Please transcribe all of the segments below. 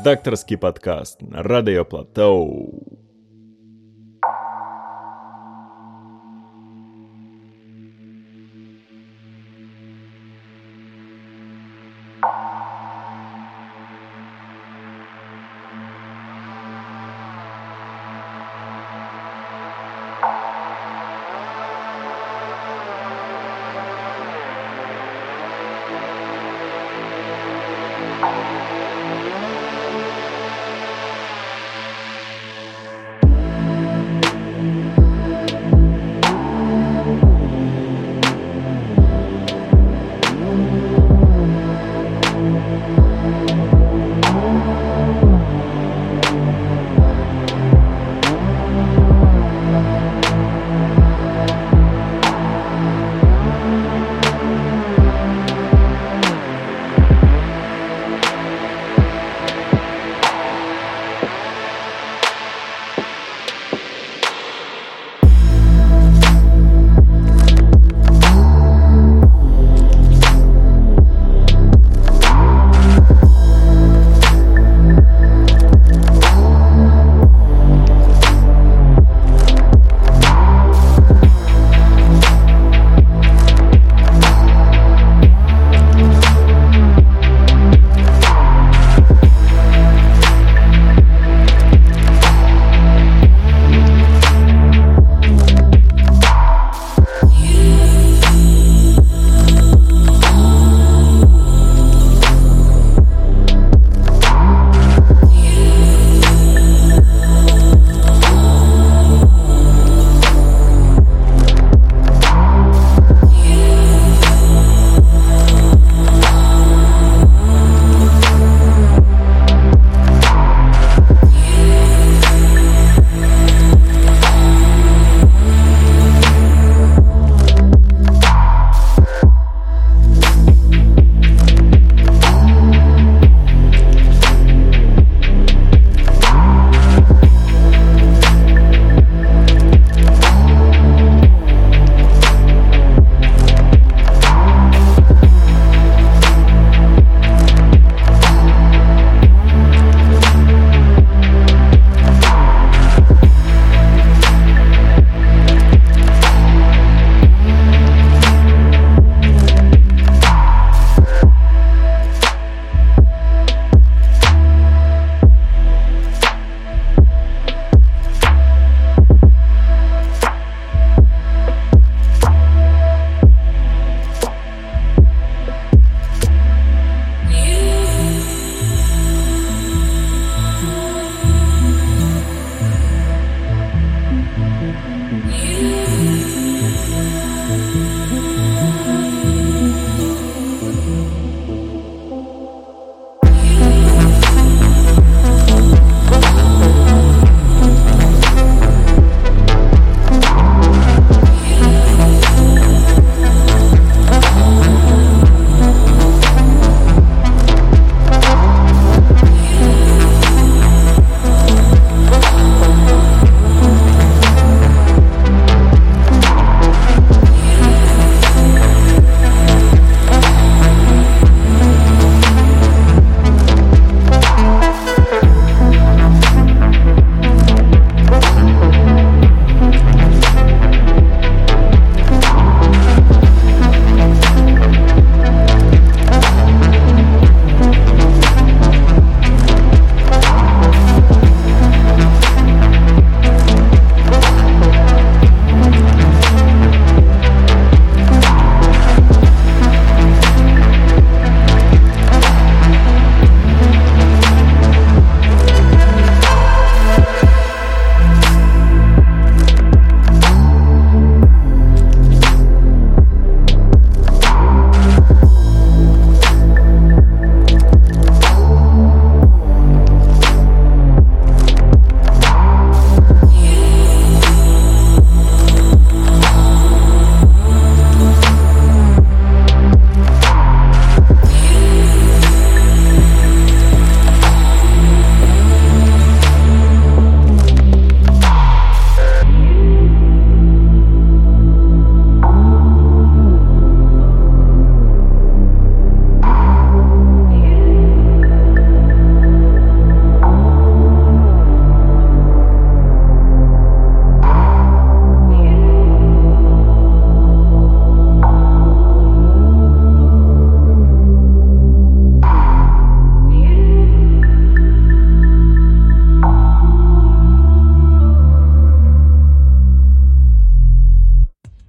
Редакторский подкаст на Радио Платоу.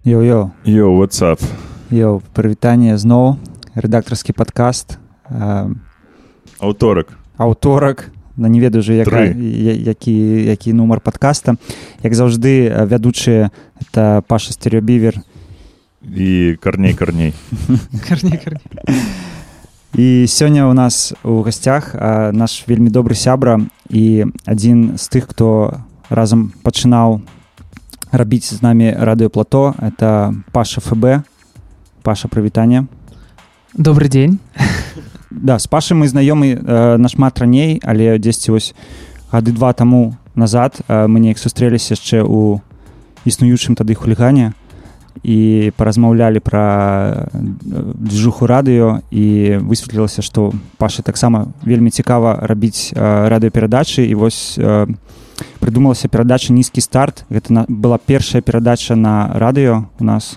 Йо, what's up? Йо, прывітанне зноў, рэдактарскі падкаст. Аўторак. Не ведаю уже, які нумар падкаста. Як заўжды, вядучыя — это Паша Стереобівер. І Карней. Карней. І сёння ў нас у гасцях наш вельмі добры сябра і адзін з тых, хто разам пачынаў рабіць з намі радыёплато. Это Паша ФБ. Паша, прывітанне. Добрый день. Да, з Пашай мы знаёмы нашмат раней, але дзесьці вось гады 2 таму назад мы неяк сустрэліся яшчэ ў існуючым тады хулігане і паразмаўлялі пра движуху радыё, і высветлілася, што Паша таксама вельмі цікава рабіць радыёперадачы, і вось прыдумалася перадача «Нізкі старт». Гэта была першая перадача на радыё у нас.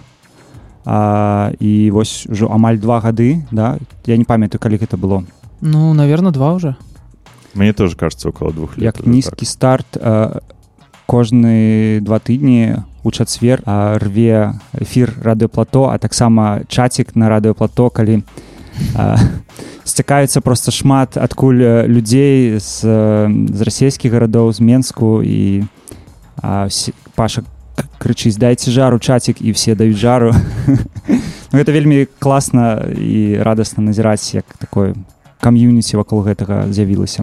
І вось ужо амаль 2 гады, да? Я не памятаю, калі гэта было. Ну, наверное, 2 уже. Мне тоже кажется, около 2 лет. Як «Нізкі старт» кожны 2 тыдні у чацвер рве эфір радыёплато, а таксама чацік на радыёплато, калі сцякаюцца проста шмат адкуль людзей з расійскіх гарадоў, з Менску, і Паша крычыць: «Дайце жару, чацік», і все даюць жару. Гэта вельмі класна і радасна назіраць, як такое кам'юніці вакол гэтага з'явілася.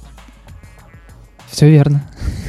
Все верно.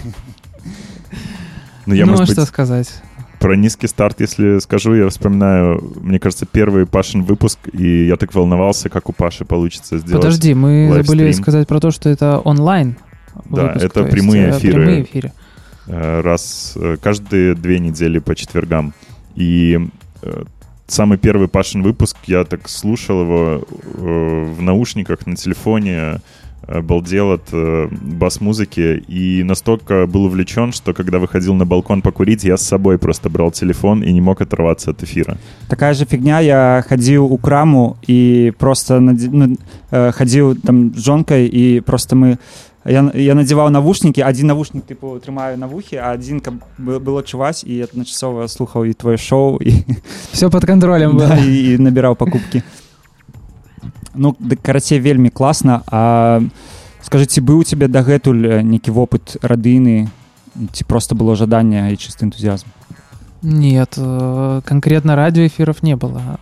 Ну, что сказать. Про «Низкий старт», если скажу, я вспоминаю, мне кажется, первый Пашин выпуск, и я так волновался, как у Паши получится сделать. Подожди, мы лайвстрим. забыли сказать про то, что это онлайн Да, выпуск, это прямые эфиры. Прямые эфиры. Каждые 2 недели по четвергам. И самый первый Пашин выпуск, я так слушал его в наушниках на телефоне, балдел от бас-музыки, и настолько был увлечен, что когда выходил на балкон покурить, я с собой просто брал телефон и не мог оторваться от эфира. Такая же фигня. Я ходил у краму и просто ходил там с жонкой, и просто я надевал навушники, один навушник типу трымаю на вухе, а один каб было чуваць, і я начасова слухаў і твоё шоу, і все под контролем было. Да, і набіраў пакупкі. Ну, карацей, вельмі класна. А скажы, ці быў у цябе дагэтуль нейкі вопыт радыйны, ці просто было жаданне і чысты энтузиазм? Нет, конкретно радиоэфиров не было.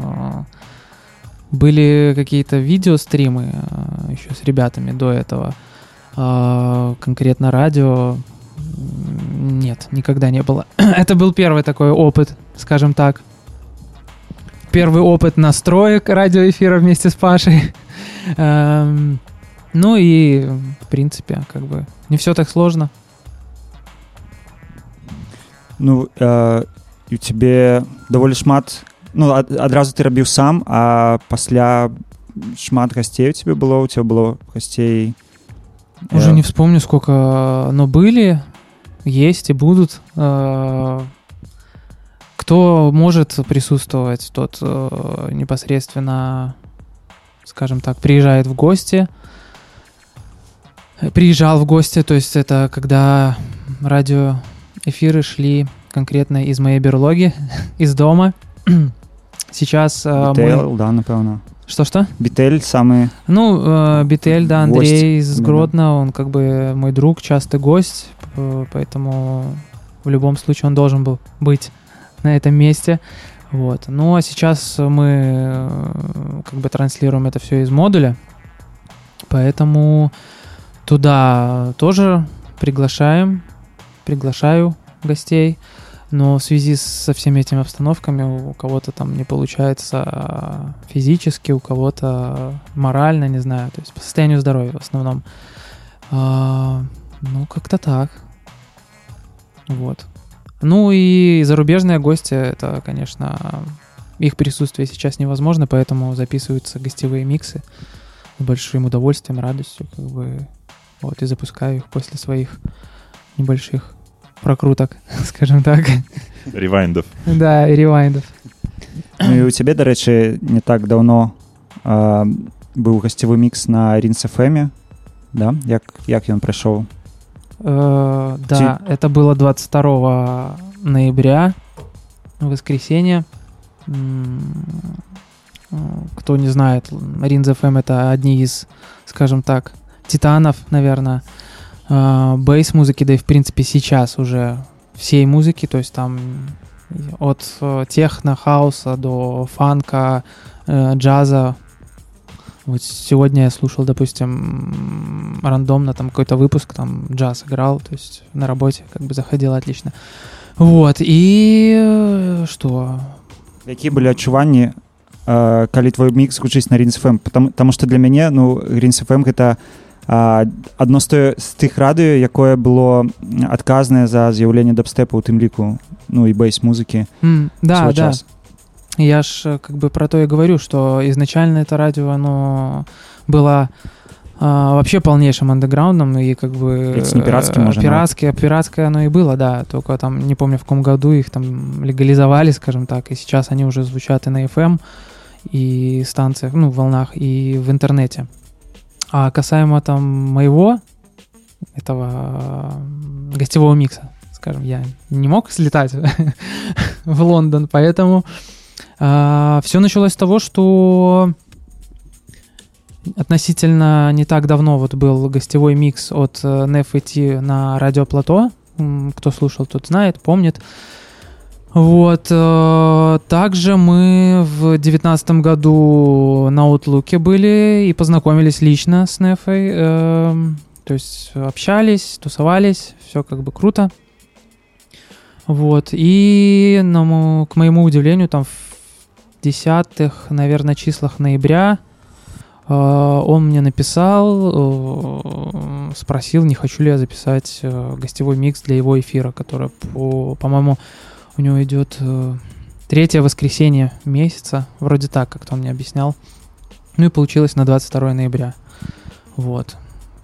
Были какие-то видеостримы еще с ребятами до этого. Конкретно радио нет, никогда не было. Это был первый такой опыт, скажем так. Первый опыт настроек радиоэфира вместе с Пашей. Ну и, в принципе, как бы не все так сложно. Ну, у тебе довольно шмат... Ну, адразу ты рабіў сам, а пасля шмат гостей у тебя было гостей... Уже не вспомню, сколько, но были, есть и будут. Кто может присутствовать, тот непосредственно, скажем так, приезжает в гости. Приезжал в гости, то есть это когда радиоэфиры шли конкретно из моей берлоги, из дома. Сейчас Бітэль, да, напевно. Что? Бітэль самый... Ну, Бітэль, да, Андрей гость. из Гродно, он как бы мой друг, частый гость, поэтому в любом случае он должен был быть на этом месте. Вот. Ну, а сейчас мы как бы транслируем это все из модуля, поэтому туда тоже приглашаю гостей. Но в связи со всеми этими обстановками у кого-то там не получается физически, у кого-то морально, не знаю, то есть по состоянию здоровья в основном. Ну, как-то так. Вот. Ну и зарубежные гости, это, конечно, их присутствие сейчас невозможно, поэтому записываются гостевые миксы с большим удовольствием, радостью, как бы, вот, и запускаю их после своих небольших прокруток, скажем так. Ревайндов. Да, и ревайндов. Ну і у цябе, дарэчы, не так даўно быў гасцевы мікс на Ринс FM, да? Як ён прайшоў? Да, это было 22 ноября. воскресенье. Кто не знает, Ринз FM — это одни из, скажем так, титанов, наверное, бейс-музыки, да и, в принципе, сейчас уже всей музыки, то есть там от техно, хауса до фанка, джаза. Вот сегодня я слушал, допустим, рандомно там какой-то выпуск, там джаз играл, то есть на работе как бы заходило отлично. Вот, и что? Какие были адчуванні, калі твой мікс гучыць на Ринз FM? Потому что для мяне, Ринз FM — гэта адно з тых радыё, якое было адказнае за з'яўленне дабстэпа, у тым ліку, і бейс-музыкі. Да. Я ж как бы про то и говорю, что изначально это радио, оно было вообще полнейшим андеграундом, и как бы... Это не пиратским, может, пиратское оно и было, да, только там, не помню, в каком году их там легализовали, скажем так, и сейчас они уже звучат и на FM, и станциях, волнах, и в интернете. А касаемо там моего, этого гостевого микса, скажем, я не мог слетать в Лондон, поэтому... Все началось с того, что относительно не так давно вот был гостевой микс от NEF-ET на Радио Плато. Кто слушал, тот знает, помнит. Вот. Также мы в 2019 году на Outlook'е были и познакомились лично с NEF-ой. То есть общались, тусовались, все как бы круто. Вот. И к моему удивлению, там в 10-х, наверное, числах ноября он мне написал, спросил, не хочу ли я записать гостевой микс для его эфира, который, по-моему, у него идет 3-е воскресенье месяца, вроде так, как-то он мне объяснял. И получилось на 22 ноября. Вот.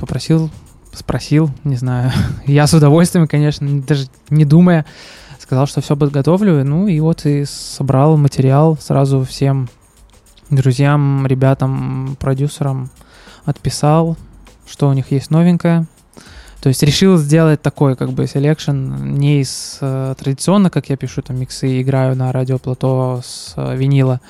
Спросил, не знаю. Я с удовольствием, конечно, даже не думая, сказал, что все подготовлю. И вот и собрал материал сразу всем друзьям, ребятам, продюсерам. Отписал, что у них есть новенькое. То есть решил сделать такой как бы селекшн не из традиционно, как я пишу там миксы и играю на Радио Плато с винила,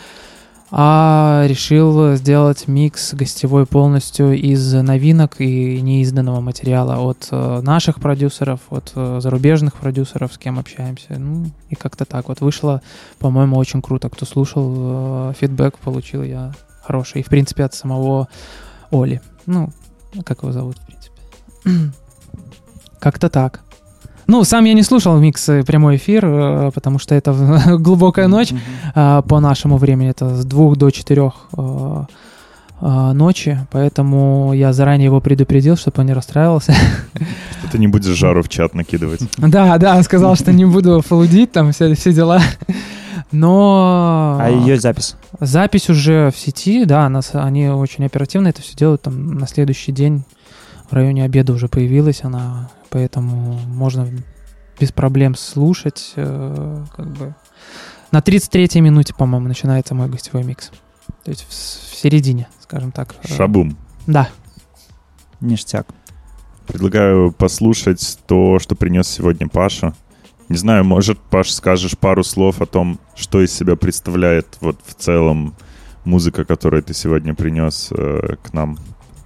а решил сделать микс гостевой полностью из новинок и неизданного материала от наших продюсеров, от зарубежных продюсеров, с кем общаемся. И как-то так вот вышло, по-моему, очень круто. Кто слушал, фидбэк получил я хороший. И, в принципе, от самого Оли. Как его зовут, в принципе. Как-то так. Сам я не слушал микс прямой эфир, потому что это глубокая ночь. По нашему времени это с 2 до 4 ночи, поэтому я заранее его предупредил, чтобы он не расстраивался. Что ты не будешь жару в чат накидывать. Да, сказал, что не буду фолудить, там все дела. Но... А ее запись? Запись уже в сети, да, они очень оперативно это все делают, там на следующий день в районе обеда уже появилась она, поэтому можно без проблем слушать. Как бы на 33-й минуте, по-моему, начинается мой гостевой микс. То есть в середине, скажем так. Шабум. Да. Ништяк. Предлагаю послушать то, что принес сегодня Паша. Не знаю, может, Паш, скажешь пару слов о том, что из себя представляет вот в целом музыка, которую ты сегодня принес к нам?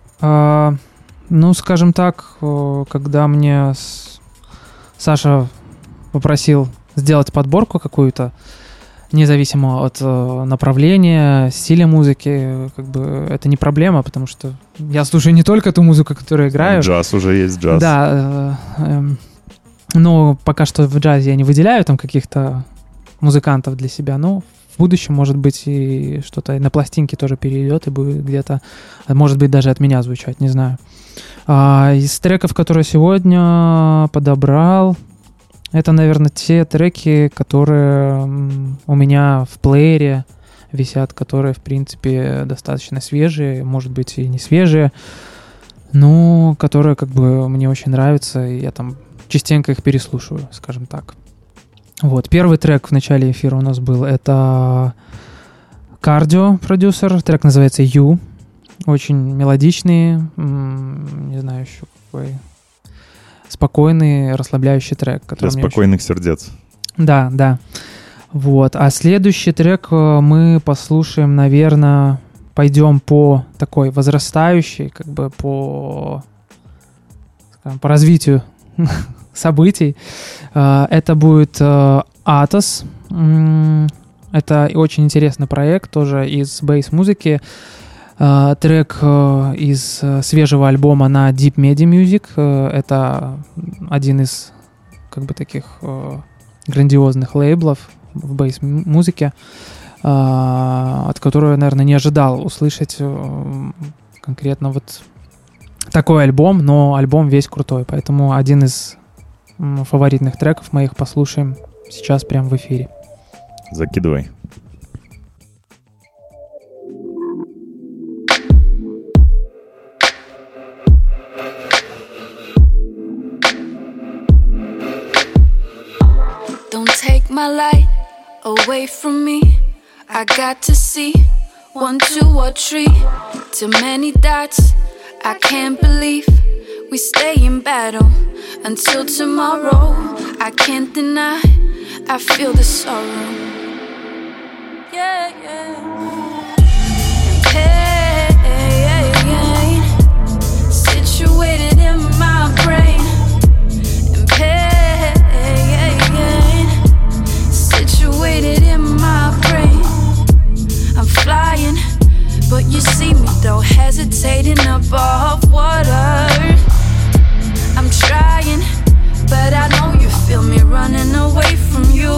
Скажем так, когда мне Саша попросил сделать подборку какую-то, независимо от направления, стиля музыки, как бы это не проблема, потому что я слушаю не только ту музыку, которую играю. Джаз уже есть, джаз. Да, но пока что в джазе я не выделяю там каких-то музыкантов для себя, но в будущем, может быть, и что-то на пластинке тоже перейдет и будет где-то, может быть, даже от меня звучать, не знаю. Из треков, которые сегодня подобрал, это, наверное, те треки, которые у меня в плеере висят, которые, в принципе, достаточно свежие, может быть, и не свежие, но которые, как бы, мне очень нравятся, и я там частенько их переслушиваю, скажем так. Вот, первый трек в начале эфира у нас был, это Кардио продюсер, трек называется «You», очень мелодичный, не знаю еще какой, спокойный, расслабляющий трек. Для спокойных сердец. Да. Вот. А следующий трек мы послушаем, наверное, пойдем по такой возрастающей, как бы по, скажем, по развитию событий. Это будет Atos. Это очень интересный проект, тоже из бейс-музыки. Трек из свежего альбома на Deep Medi Music. Это один из как бы таких грандиозных лейблов в бейс-музыке, от которого я, наверное, не ожидал услышать конкретно вот такой альбом, но альбом весь крутой, поэтому один из фаворитных треков моих послушаем сейчас прямо в эфире. Закидывай. Don't take my light away from me. I got to see 1, 2 or 3. Too many dots, I can't believe we stay in battle until tomorrow. I can't deny, I feel the sorrow. Yeah, yeah. Pain situated in my brain. And pain situated in my brain. I'm flying, but you see me though, hesitating above water. I'm trying, but I know you feel me running away from you.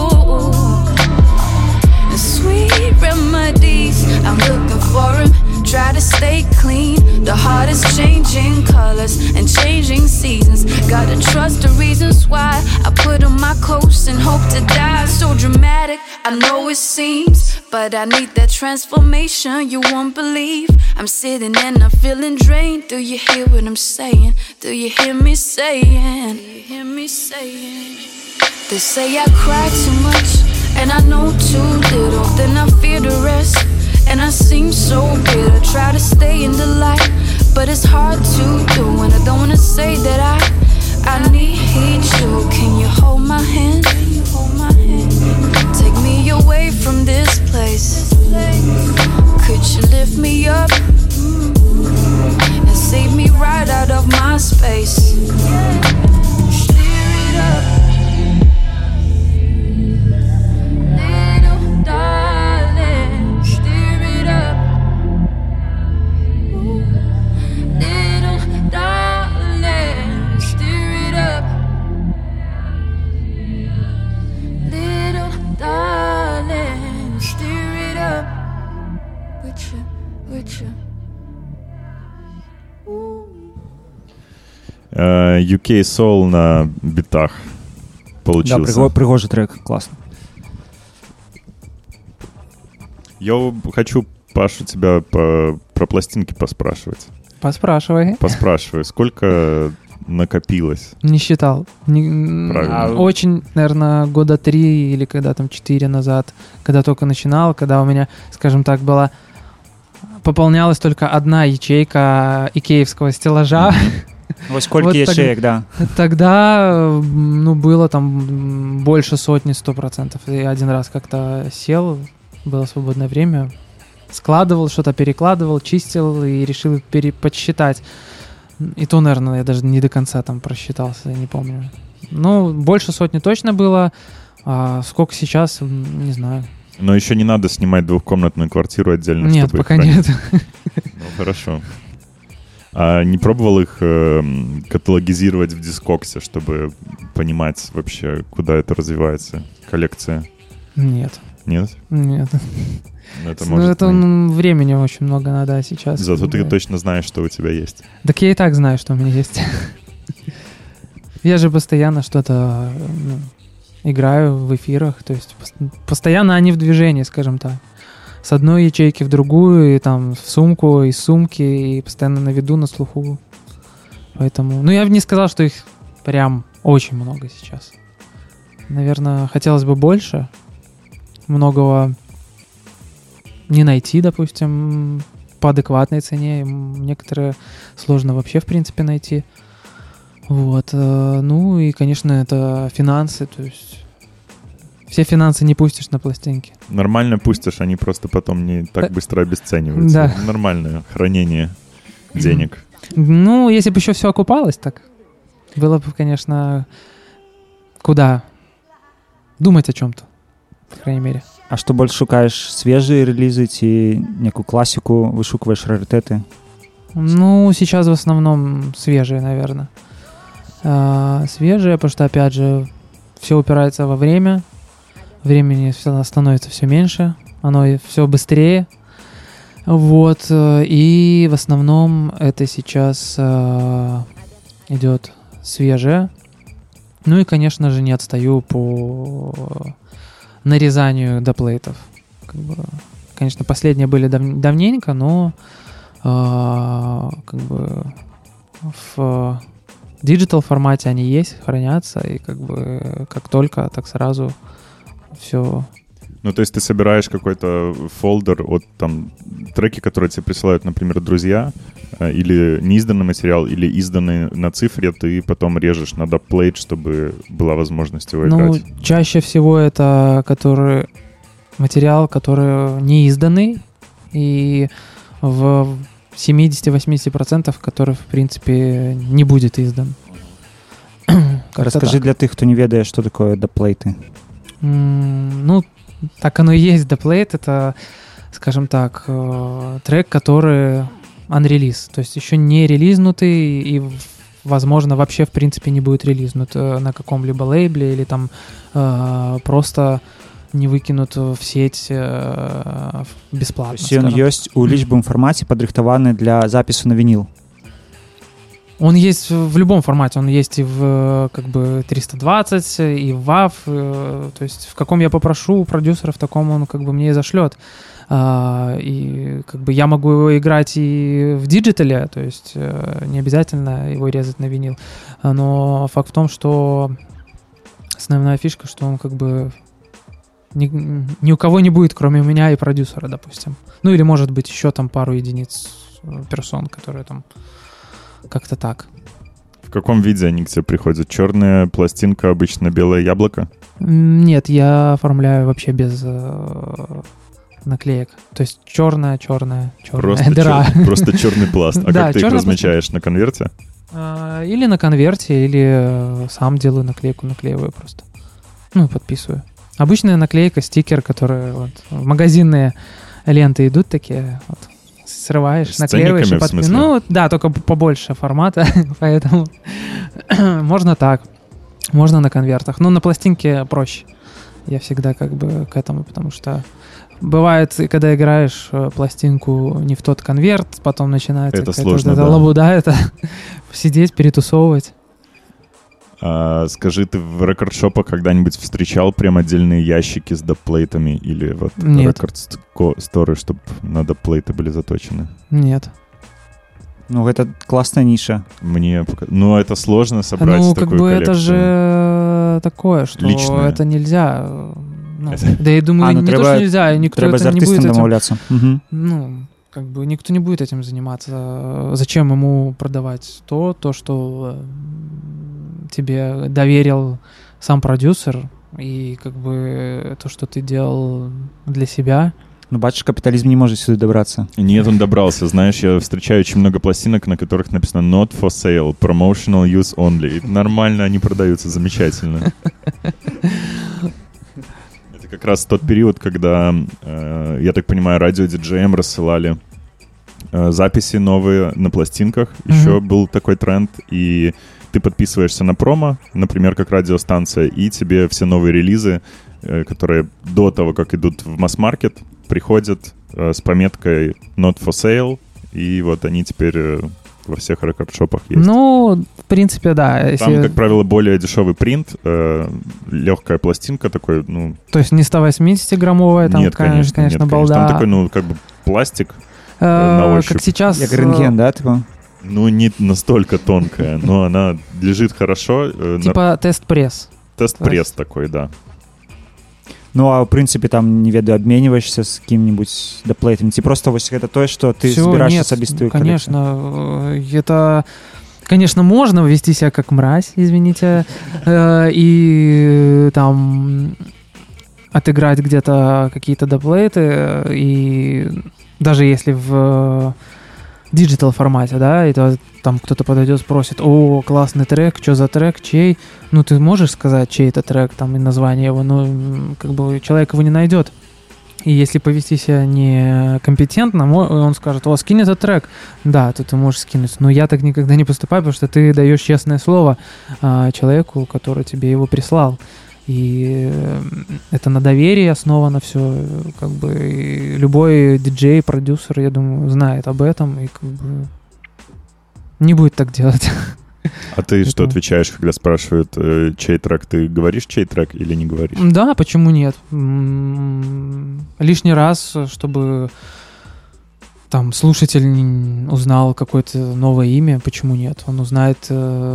The sweet remedies, I'm looking for them. Try to stay clean. The heart is changing colors and changing seasons. Gotta trust the reasons why I put on my coats and hope to die. So dramatic, I know it seems, but I need that transformation you won't believe. I'm sitting and I'm feeling drained. Do you hear what I'm saying? Do you hear me saying? Do you hear me saying? They say I cry too much and I know too little. Then I fear the rest and I seem so bitter. Try to stay in the light, but it's hard to do. And I don't wanna say that I need you. Can you hold my hand? Can you hold my hand? Take me away from this place. Could you lift me up and save me right out of my space? Steer it up, little darling. Steer it up, little darling. Steer it up, little darling. Steer it up. With you. UK Soul на битах получился. Да, пригожий трек, классно. Я хочу, Паша, тебя про пластинки поспрашивать. Поспрашивай. Сколько накопилось? Не считал. Правильно. Очень, наверное, года 3 или когда там 4 назад, когда только начинал, когда у меня, скажем так, пополнялась только одна ячейка икеевского стеллажа. Вот сколько ячеек, да. Тогда, было там больше сотни, 100%. Я один раз как-то сел, было свободное время, складывал, что-то перекладывал, чистил и решил подсчитать. И то, наверное, я даже не до конца там просчитался, я не помню. Больше сотни точно было. А сколько сейчас, не знаю. Но еще не надо снимать двухкомнатную квартиру отдельно, нет, чтобы пока нет. Хорошо. А не пробовал их каталогизировать в Дискоксе, чтобы понимать вообще, куда это развивается? Коллекция? Нет. Нет? Нет. Это времени очень много надо сейчас. Зато ты точно знаешь, что у тебя есть. Так я и так знаю, что у меня есть. Я же постоянно что-то играю в эфирах, то есть постоянно они в движении, скажем так. С одной ячейки в другую, и там в сумку, из сумки, и постоянно на виду, на слуху. Поэтому, я бы не сказал, что их прям очень много сейчас. Наверное, хотелось бы больше. Многого не найти, допустим, по адекватной цене. Некоторые сложно вообще, в принципе, найти. Вот. И, конечно, это финансы, то есть все финансы не пустишь на пластинки. Нормально пустишь, они просто потом не так быстро обесцениваются. Да. Нормальное хранение денег. Ну, если бы еще все окупалось, так было бы, конечно, куда думать о чем-то, по крайней мере. А што больш шукаеш, свежыя рэлізы ці некую класіку, вышукваеш рарытэты? Ну, сейчас в основном свежие, наверное. Свежие, потому что, опять же, все упирается во время. Времени становится все меньше, оно все быстрее. Вот. И в основном это сейчас идет свежее. Ну и, конечно же, не отстаю по нарезанию доплейтов. Как бы, конечно, последние были давненько, но как бы в диджитал формате они есть, хранятся, и как бы как только, так сразу все. Ну, то есть ты собираешь какой-то фолдер от там треки, которые тебе присылают, например, друзья, или неизданный материал, или изданный на цифре, ты потом режешь на дабплейт, чтобы была возможность его играть. Ну, чаще всего это материал, который не изданный, и в 70-80%, который, в принципе, не будет издан. Расскажи для тых, хто не ведае, што такое дабплейты. Ну, так оно и есть. Дабплейт — это, скажем так, трек, который unrelease, то есть еще не релизнутый и, возможно, вообще, в принципе, не будет релизнут на каком-либо лейбле или там просто не выкинут в сеть бесплатно. То есть он есть у лічбым фармаце, падрыхтаваны для запису на винил? Он есть в любом формате. Он есть и в как бы 320, и в WAV. То есть в каком я попрошу у продюсера, в таком он как бы мне и зашлет. И как бы я могу его играть и в диджитале, то есть не обязательно его резать на винил. Но факт в том, что основная фишка, что он как бы ни у кого не будет, кроме меня и продюсера, допустим. Ну или может быть еще там пару единиц персон, которые там как-то так. В каком виде они к тебе приходят? Черная пластинка, обычно белое яблоко? Нет, я оформляю вообще без наклеек. То есть черная дыра. Просто черный пласт. А да, как ты их размечаешь? На конверте? Или на конверте, или сам делаю наклейку, наклеиваю просто. Ну и подписываю. Обычная наклейка, стикер, которые вот, в магазинные ленты идут такие вот. Срываешь, наклеиваешь и подписываешь. Ну, да, только побольше формата, поэтому можно так, можно на конвертах. Но на пластинке проще. Я всегда как бы к этому, потому что бывает, когда играешь пластинку не в тот конверт, потом начинается это сложно, да. лабуда, это сидеть, перетусовывать. А, скажи, ты в рекорд-шопах когда-нибудь встречал прям отдельные ящики с дабплейтами или вот рекорд-сторы, чтобы на дабплейты были заточены? Нет. Ну, это классная ниша. Ну, это сложно собрать такую коллекцию. Ну, как бы это же такое, что личное. Это нельзя. Ну, да я думаю, не то, что нельзя, никто это не будет домовляться. Угу. Ну, как бы никто не будет этим заниматься. Зачем ему продавать то, что тебе доверил сам продюсер, и как бы то, что ты делал для себя. Ну, бачишь, капитализм не может сюда добраться. Нет, он добрался. Знаешь, я встречаю очень много пластинок, на которых написано «Not for sale, promotional use only». И нормально они продаются, замечательно. Это как раз тот период, когда, я так понимаю, радиодиджеям рассылали записи новые на пластинках. Еще был такой тренд, и ты подписываешься на промо, например, как радиостанция, и тебе все новые релизы, которые до того, как идут в масс-маркет, приходят с пометкой «Not for sale», и вот они теперь во всех рекорд-шопах есть. Ну, в принципе, да. Там, как правило, более дешевый принт, легкая пластинка такой, ну... То есть не 180-граммовая, там, нет, конечно, нет, балда. Там такой, ну, как бы пластик на ощупь. Как сейчас... Як рентген, да, типа? Ну, не настолько тонкая, но она лежит хорошо. Типа тест-пресс. Тест-пресс такой, да. Ну, а в принципе, там, не ведаю, обмениваешься с каким-нибудь дабплейтом. Ці просто вот это то, что ты собираешь особистую коллекцию. Конечно, это... Конечно, можно вести себя как мразь, извините, и там отыграть где-то какие-то доплейты, и даже если в диджитал формате, да, и там кто-то подойдет, спросит: о, классный трек, что за трек, чей? Ну, ты можешь сказать, чей это трек, там, и название его, но как бы человек его не найдет. И если повести себя некомпетентно, он скажет: о, скинь этот трек. Да, то ты можешь скинуть. Но я так никогда не поступаю, потому что ты даешь честное слово человеку, который тебе его прислал. И это на доверии основано все. Как бы и любой диджей, продюсер, я думаю, знает об этом и как бы не будет так делать. А ты что отвечаешь, когда спрашивают, чей трек? Ты говоришь, чей трек или не говоришь? Да, почему нет? Лишний раз, чтобы там слушатель узнал какое-то новое имя, почему нет? Он узнает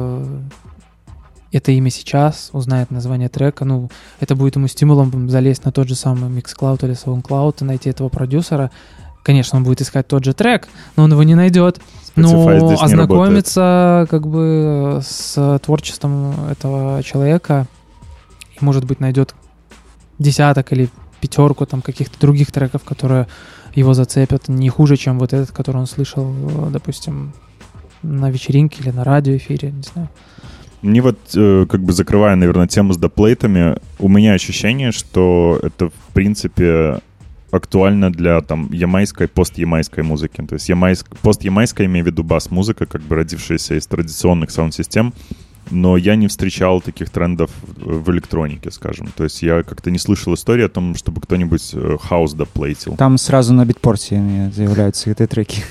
это имя сейчас, узнает название трека. Ну, это будет ему стимулом залезть на тот же самый Mixcloud или SoundCloud и найти этого продюсера. Конечно, он будет искать тот же трек, но он его не найдет. Но ознакомиться как бы с творчеством этого человека и, может быть, найдет десяток или пятерку там каких-то других треков, которые его зацепят не хуже, чем вот этот, который он слышал, допустим, на вечеринке или на радиоэфире, не знаю. Мне вот, как бы закрывая, наверное, тему с доплейтами, у меня ощущение, что это, в принципе, актуально для там ямайской, пост-ямайской музыки. То есть пост-ямайская, имею в виду бас-музыка, как бы родившаяся из традиционных саунд-систем, но я не встречал таких трендов в электронике, скажем. То есть я как-то не слышал истории о том, чтобы кто-нибудь хаус доплейтил. Там сразу на битпорте заявляются эти треки.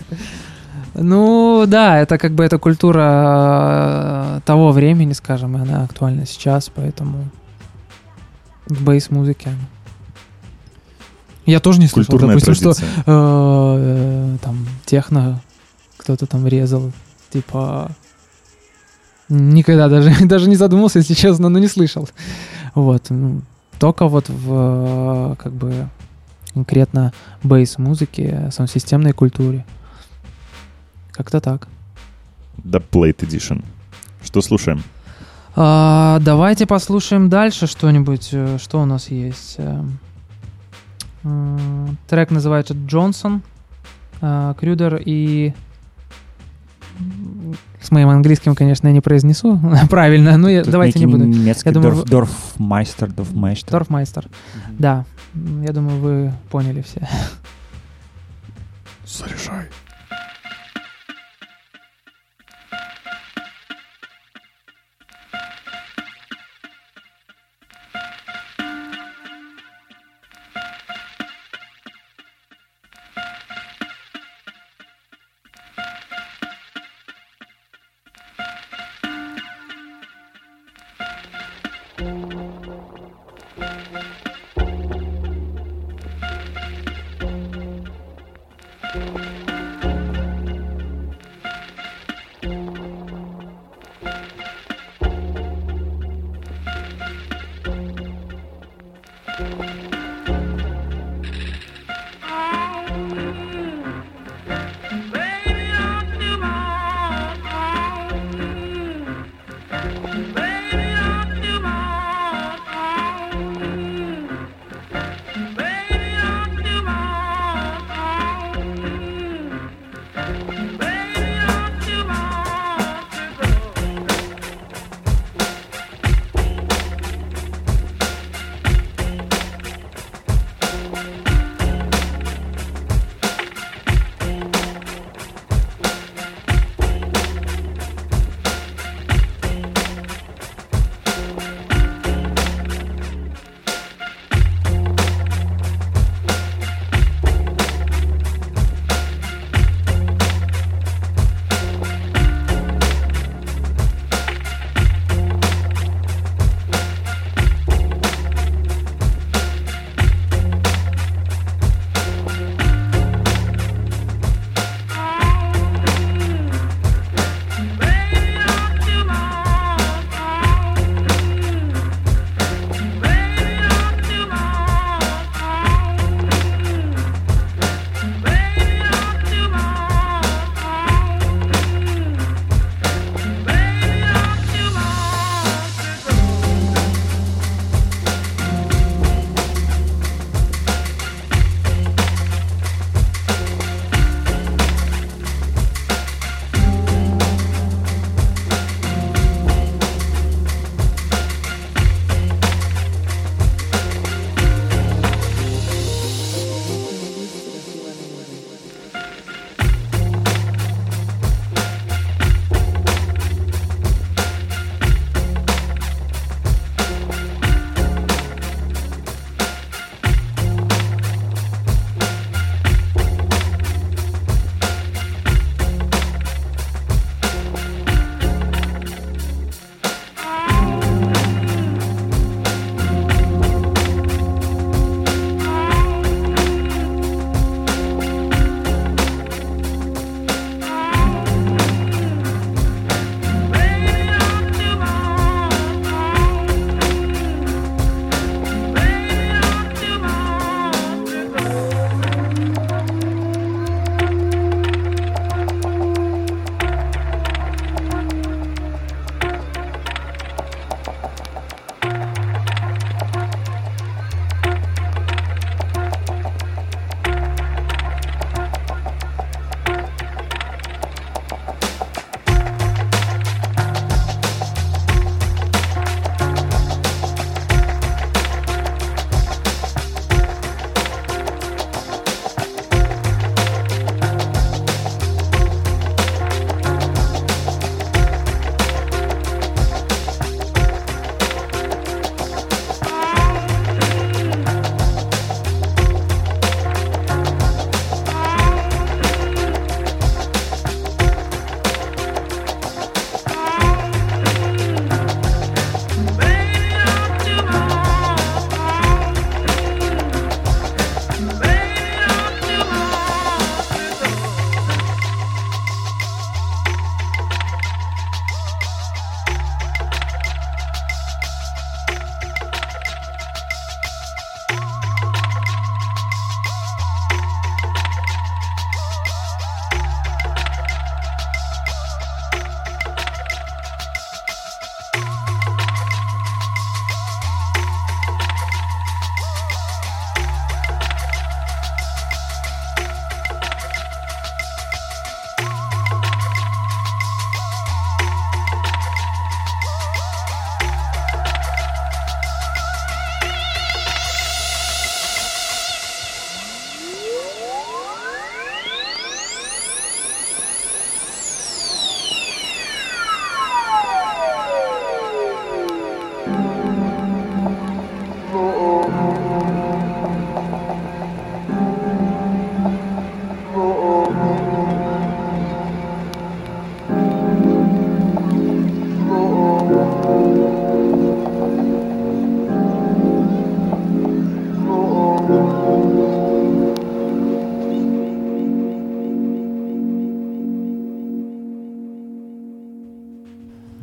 Ну да, это как бы это культура того времени, скажем, и она актуальна сейчас, поэтому в бейс-музыке. Я тоже не слышал, культурная допустим, традиция. Что там техно кто-то там резал, типа никогда даже не задумался, если честно, но не слышал. Вот, ну, только вот в как бы конкретно бейс-музыке, саунд-системной культуре. Как-то так. Doplate Edition. Что слушаем? Давайте послушаем дальше что-нибудь. Что у нас есть? Трек называется «Джонсон», Крюдер и... С моим английским, конечно, я не произнесу правильно, но давайте не буду. Немецкий Дорфмайстер. Дорфмайстер. Да, я думаю, вы поняли все. Заряжай.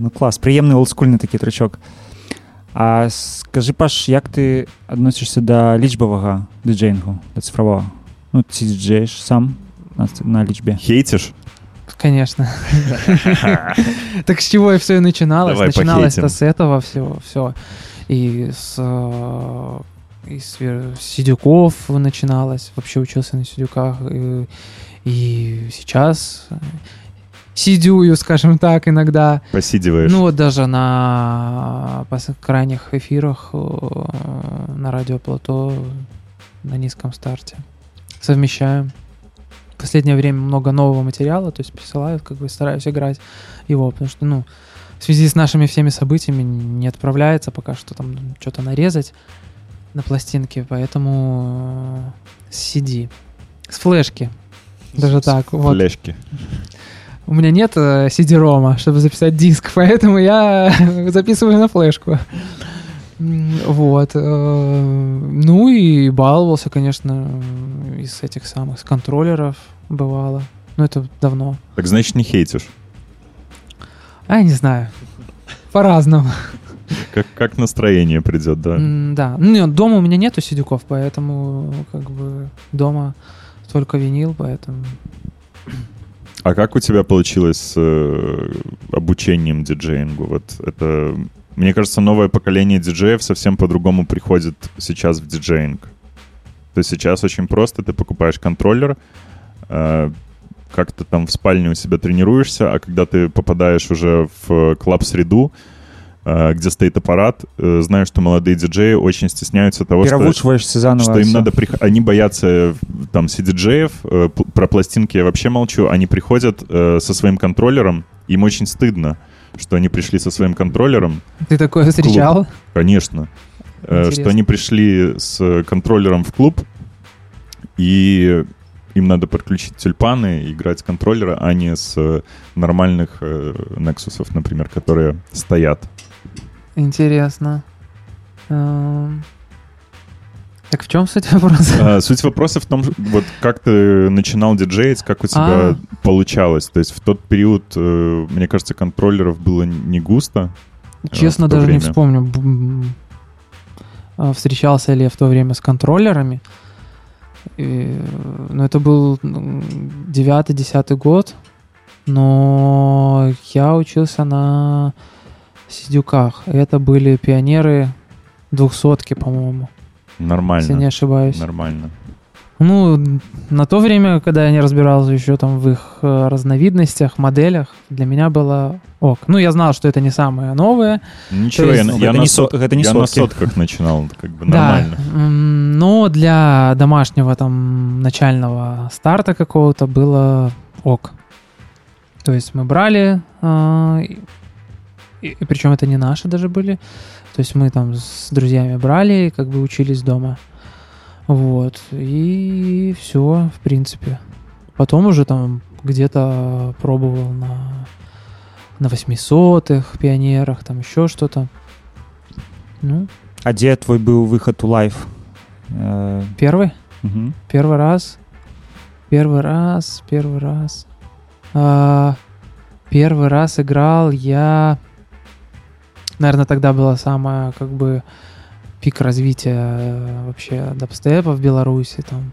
Ну клас, прыемны олдскульны такі трычок. А скажы, Паш, як ты адносішся да лічбавага дыджэйнгу, да цифрового? Ну, ці дыджэеш сам на лічбе? Хейтишь? Конечно. Так с чего все и начиналось? Давай Начиналось-то с этого все. И с сидюков начиналось. Вообще учился на сидюках. И сейчас сидюю, скажем так, иногда. Посидиваешь? Ну вот даже на крайних эфирах на Радио Плато на низком старте. Совмещаем. В последнее время много нового материала, то есть присылают, как бы стараюсь играть его, потому что, ну, в связи с нашими всеми событиями не отправляется пока что там что-то нарезать на пластинке, поэтому с CD, с флешки, даже так. Вот. Флешки. У меня нет CD-рома, чтобы записать диск, поэтому я записываю на флешку. Вот. Ну и баловался, конечно, из этих самых, с контроллеров бывало. Но это давно. Так значит, не хейтишь? Я не знаю. По-разному. Как настроение придет, да? Да. Ну, нет, дома у меня нету сидюков, поэтому как бы дома только винил, поэтому... А как у тебя получилось с обучением диджеингу? Вот это... Мне кажется, новое поколение диджеев совсем по-другому приходит сейчас в диджеинг. То есть сейчас очень просто. Ты покупаешь контроллер, как-то там в спальне у себя тренируешься, а когда ты попадаешь уже в клаб-среду, где стоит аппарат, знаю, что молодые диджеи очень стесняются того, что им надо... Они боятся там си-диджеев, про пластинки я вообще молчу, они приходят со своим контроллером, им очень стыдно, что они пришли со своим контроллером. Ты такое встречал? Конечно. Что они пришли с контроллером в клуб, и им надо подключить тюльпаны и играть с контроллера, а не с нормальных Nexus'ов, например, которые стоят. Интересно. Так в чем суть вопроса? Суть вопроса в том, вот как ты начинал диджеить, как у тебя получалось. То есть в тот период, мне кажется, контроллеров было не густо. Честно, даже не вспомню, встречался ли я в то время с контроллерами. Но это был 9-10 год. Но я учился на сидюках. Это были пионеры 200-ки, по-моему. Нормально. Если не ошибаюсь. Нормально. Ну, на то время, когда я не разбирался еще там в их разновидностях, моделях, для меня было ок. Ну, я знал, что это не самое новое. Ничего, есть, я на сотках начинал, как бы нормально. Да, но для домашнего там начального старта какого-то было ок. То есть мы брали, и причем это не наши даже были, то есть мы там с друзьями брали и как бы учились дома. Вот. И все, в принципе. Потом уже там где-то пробовал на 800-х пионерах, там еще что-то. Ну. А где твой был выход у лайв? Первый? Угу. Первый раз. Первый раз играл я... Наверное, тогда была самая, как бы, пик развития вообще дабстепа в Беларуси там.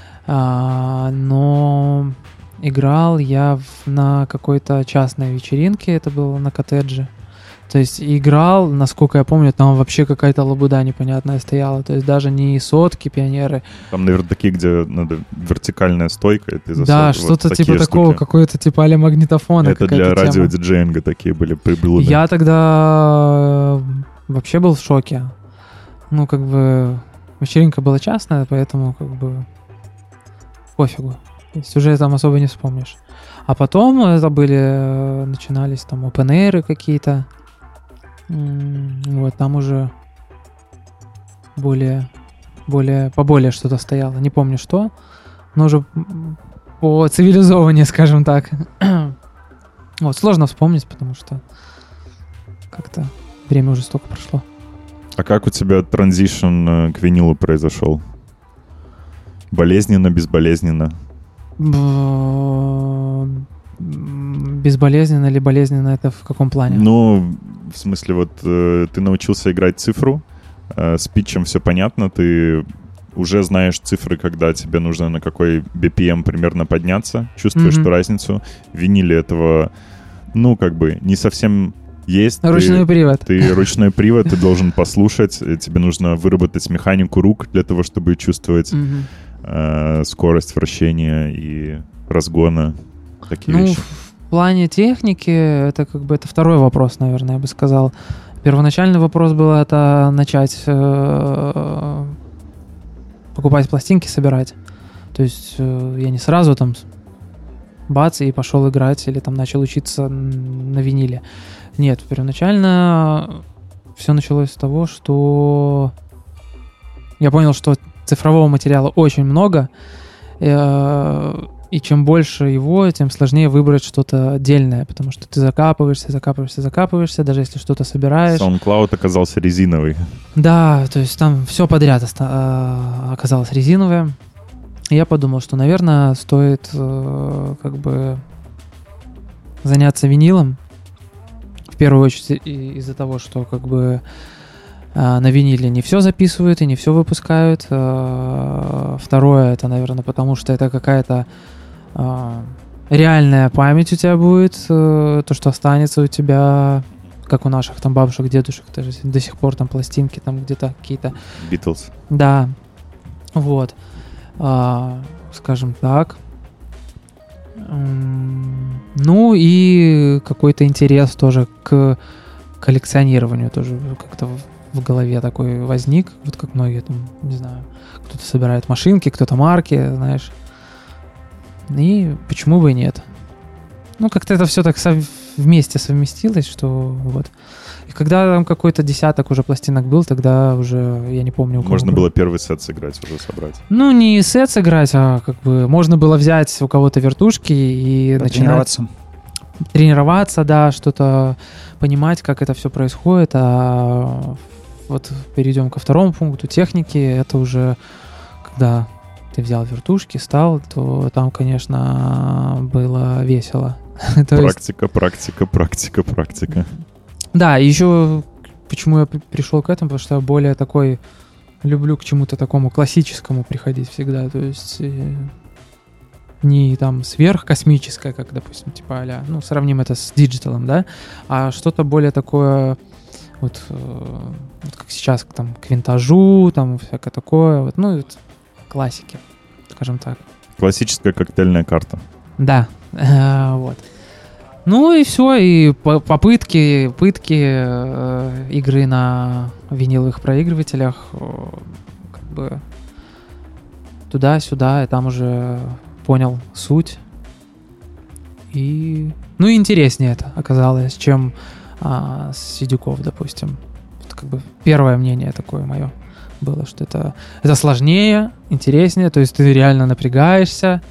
Но играл я на какой-то частной вечеринке, это было на коттедже. То есть играл, насколько я помню, там вообще какая-то лабуда непонятная стояла. То есть даже не сотки, пионеры. Там, наверное, такие, где надо вертикальная стойка. И ты да, что-то вот типа такого, какой-то типа а-ля магнитофона. Это для радиодиджеинга такие были приблуды. Я тогда вообще был в шоке. Ну, как бы, вечеринка была частная, поэтому как бы пофигу. То есть уже там особо не вспомнишь. А потом это были, начинались там open-air'ы какие-то. Вот, там уже поболее что-то стояло. Не помню что, но уже по цивилизованнее, скажем так. Вот, сложно вспомнить, потому что как-то время уже столько прошло. А как у тебя транзишн к винилу произошел? Болезненно, безболезненно? безболезненно или болезненно это в каком плане? Ну, в смысле, вот ты научился играть цифру, с питчем все понятно, ты уже знаешь цифры, когда тебе нужно на какой BPM примерно подняться, чувствуешь эту разницу. В виниле этого, ну, как бы, не совсем есть. Ручной привод. Ты ручной привод, ты должен послушать, тебе нужно выработать механику рук для того, чтобы чувствовать скорость вращения и разгона, такие вещи. В плане техники, это как бы это второй вопрос, наверное, я бы сказал. Первоначальный вопрос был это начать покупать пластинки, собирать. То есть я не сразу там бац и пошел играть или там начал учиться на виниле. Нет, первоначально все началось с того, что я понял, что цифрового материала очень много, и чем больше его, тем сложнее выбрать что-то отдельное, потому что ты закапываешься, даже если что-то собираешь. SoundCloud оказался резиновый. Да, то есть там все подряд оказалось резиновое. И я подумал, что, наверное, стоит как бы заняться винилом. В первую очередь из-за того, что как бы на виниле не все записывают и не все выпускают. Второе, это, наверное, потому что это какая-то реальная память у тебя будет, то, что останется у тебя, как у наших там бабушек, дедушек, даже до сих пор там пластинки, там где-то какие-то... Beatles. Да, вот. Скажем так. Ну и какой-то интерес тоже к коллекционированию тоже как-то в голове такой возник, вот как многие там, не знаю, кто-то собирает машинки, кто-то марки, знаешь. И почему бы и нет? Ну, как-то это все так вместе совместилось, что вот. И когда там какой-то десяток уже пластинок был, тогда уже, я не помню, у кого можно было первый сет сыграть, уже собрать. Ну, не сет сыграть, а как бы можно было взять у кого-то вертушки и начинать тренироваться, да, что-то понимать, как это все происходит. А вот перейдем ко второму пункту техники. Это уже когда ты взял вертушки, стал, то там, конечно, было весело. Практика. Да, и еще почему я пришел к этому, потому что я более такой люблю к чему-то такому классическому приходить всегда, то есть не там сверхкосмическое, как, допустим, типа а-ля, ну, сравним это с диджиталом, да, а что-то более такое вот как сейчас там к винтажу, там всякое такое, вот, ну, вот, классики, скажем так. Классическая коктейльная карта. Да, вот. Ну и все, и попытки игры на виниловых проигрывателях как бы туда-сюда, и там уже понял суть. И ну и интереснее это оказалось, чем с сидюков, допустим. Это как бы первое мнение такое мое было, что это сложнее, интереснее, то есть ты реально напрягаешься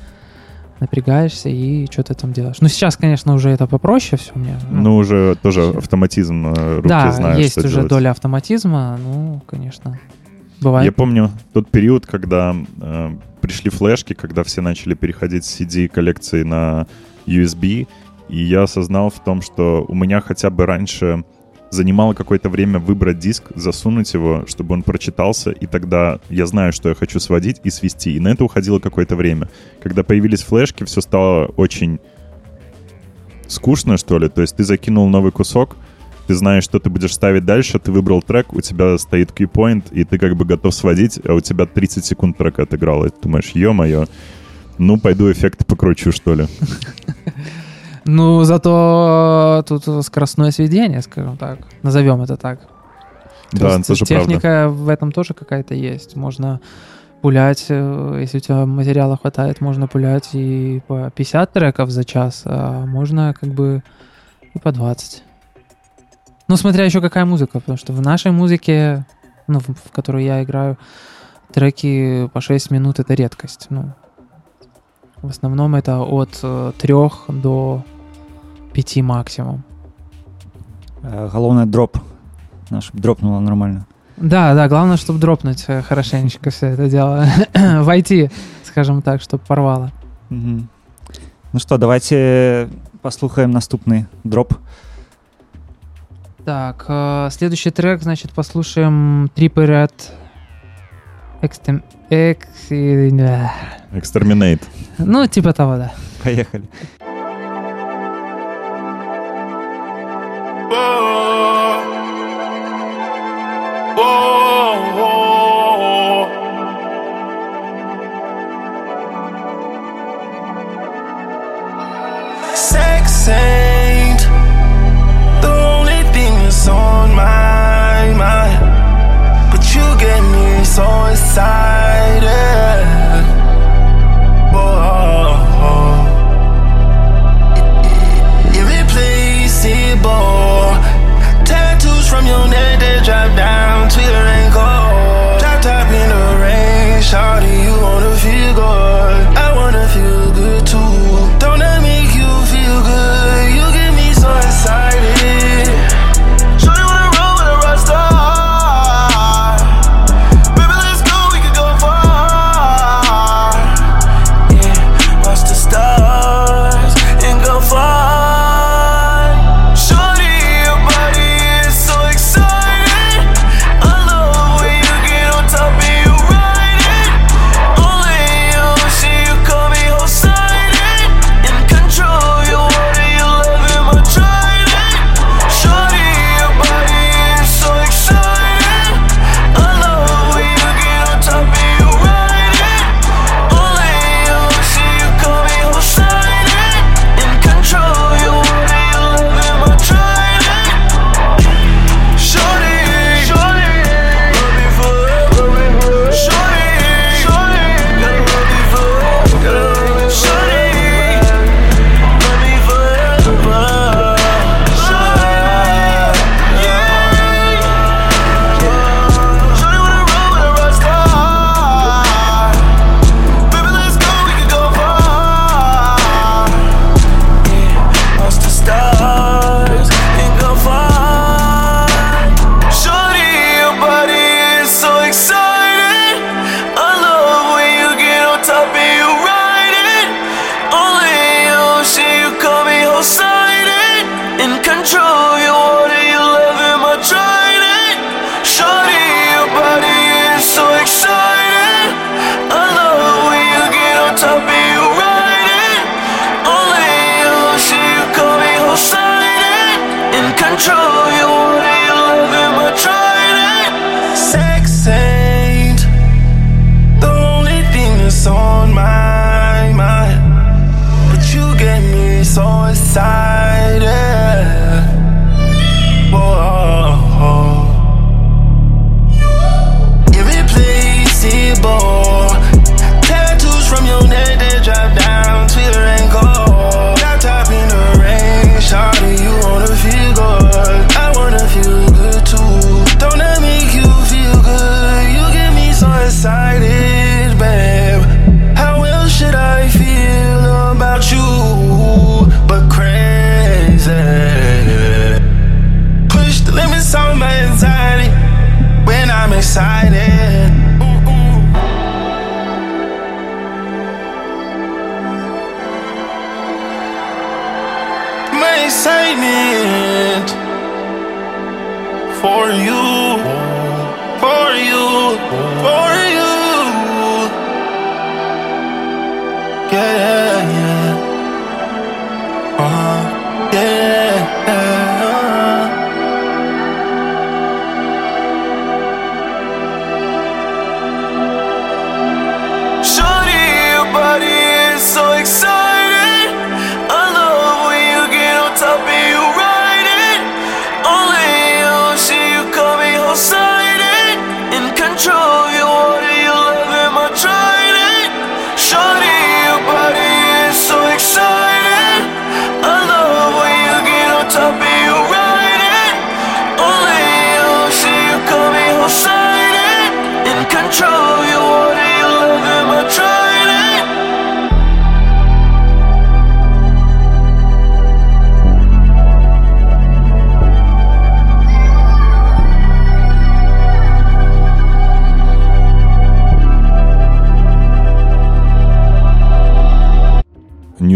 и что ты там делаешь. Ну, сейчас, конечно, уже это попроще все у меня. Ну, уже тоже автоматизм, руки да, знают, есть что уже делать. доля автоматизма, ну, конечно, бывает. Я помню тот период, когда пришли флешки, когда все начали переходить с CD-коллекции на USB, и я осознал в том, что у меня хотя бы раньше занимало какое-то время выбрать диск, засунуть его, чтобы он прочитался, и тогда я знаю, что я хочу сводить и свести. И на это уходило какое-то время. Когда появились флешки, все стало очень скучно, что ли. То есть ты закинул новый кусок, ты знаешь, что ты будешь ставить дальше, ты выбрал трек, у тебя стоит кейпоинт, и ты как бы готов сводить, а у тебя 30 секунд трека отыграл. И ты думаешь, ё-моё, ну пойду эффекты покручу, что ли. Ну, зато тут скоростное сведение, скажем так. Назовем это так. Да, это тоже правда. Техника в этом тоже какая-то есть. Можно пулять, если у тебя материала хватает, можно пулять и по 50 треков за час, а можно как бы и по 20. Ну, смотря еще какая музыка, потому что в нашей музыке, ну, в которую я играю, треки по 6 минут — это редкость. Ну, в основном это от 3 до 5 максимум. Главное дроп. Чтобы дропнуло нормально. Да, главное, чтобы дропнуть хорошенечко все это дело. Войти, скажем так, чтобы порвало. Ну что, давайте послухаем наступный дроп. Так, следующий трек, значит, послушаем Tripper at Exterminate. Ну, типа того, да. Поехали. Sex ain't the only thing that's on my mind, but you get me so excited. Whoa. Irreplaceable tattoos from your neck that drop down to your ankle. Drop top in the rain, shawty, you wanna feel good. I wanna feel good too. Don't let me feel good, you get me so excited. Shorty wanna roll with a rock star. Baby, let's go, we can go far. Yeah, watch the stars and go far. Shorty, your body is so exciting. I love when you get on top and you ride it. Only you, see you call me Poseidon. In control. excited. My excitement for you, for you, for you. Yeah, yeah. Yeah. Shorty, your body is so exciting. I love when you get on top and you ride it. Only you, see you coming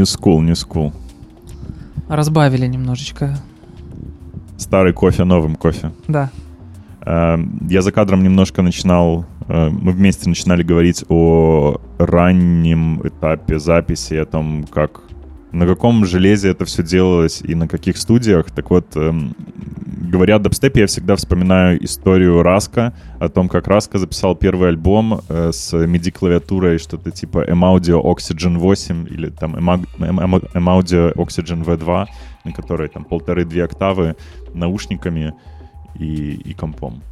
New School. Разбавили немножечко. Старый кофе новым кофе. Да. Я за кадром немножко мы вместе начинали говорить о раннем этапе записи, о том, на каком железе это все делалось и на каких студиях. Так вот, говоря о дабстепе, я всегда вспоминаю историю Раска, о том, как Раска записал первый альбом с MIDI-клавиатурой, что-то типа M-Audio Oxygen 8 или там M-Audio Oxygen V2, на которой там 1,5-2 октавы, наушниками и компом.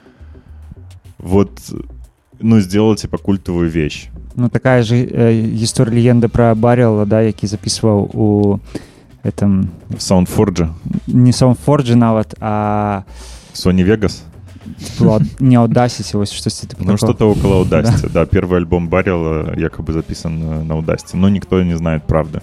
Вот, сделал типа культовую вещь. Такая же история легенда про Баррела, да, який записывал у этом... В Soundforge. Не Soundforge нават, а... Sony Vegas? Не Audacity, вот что-то типа такого. Что-то около Audacity, да. Первый альбом Баррела якобы записан на Audacity, но никто не знает правды.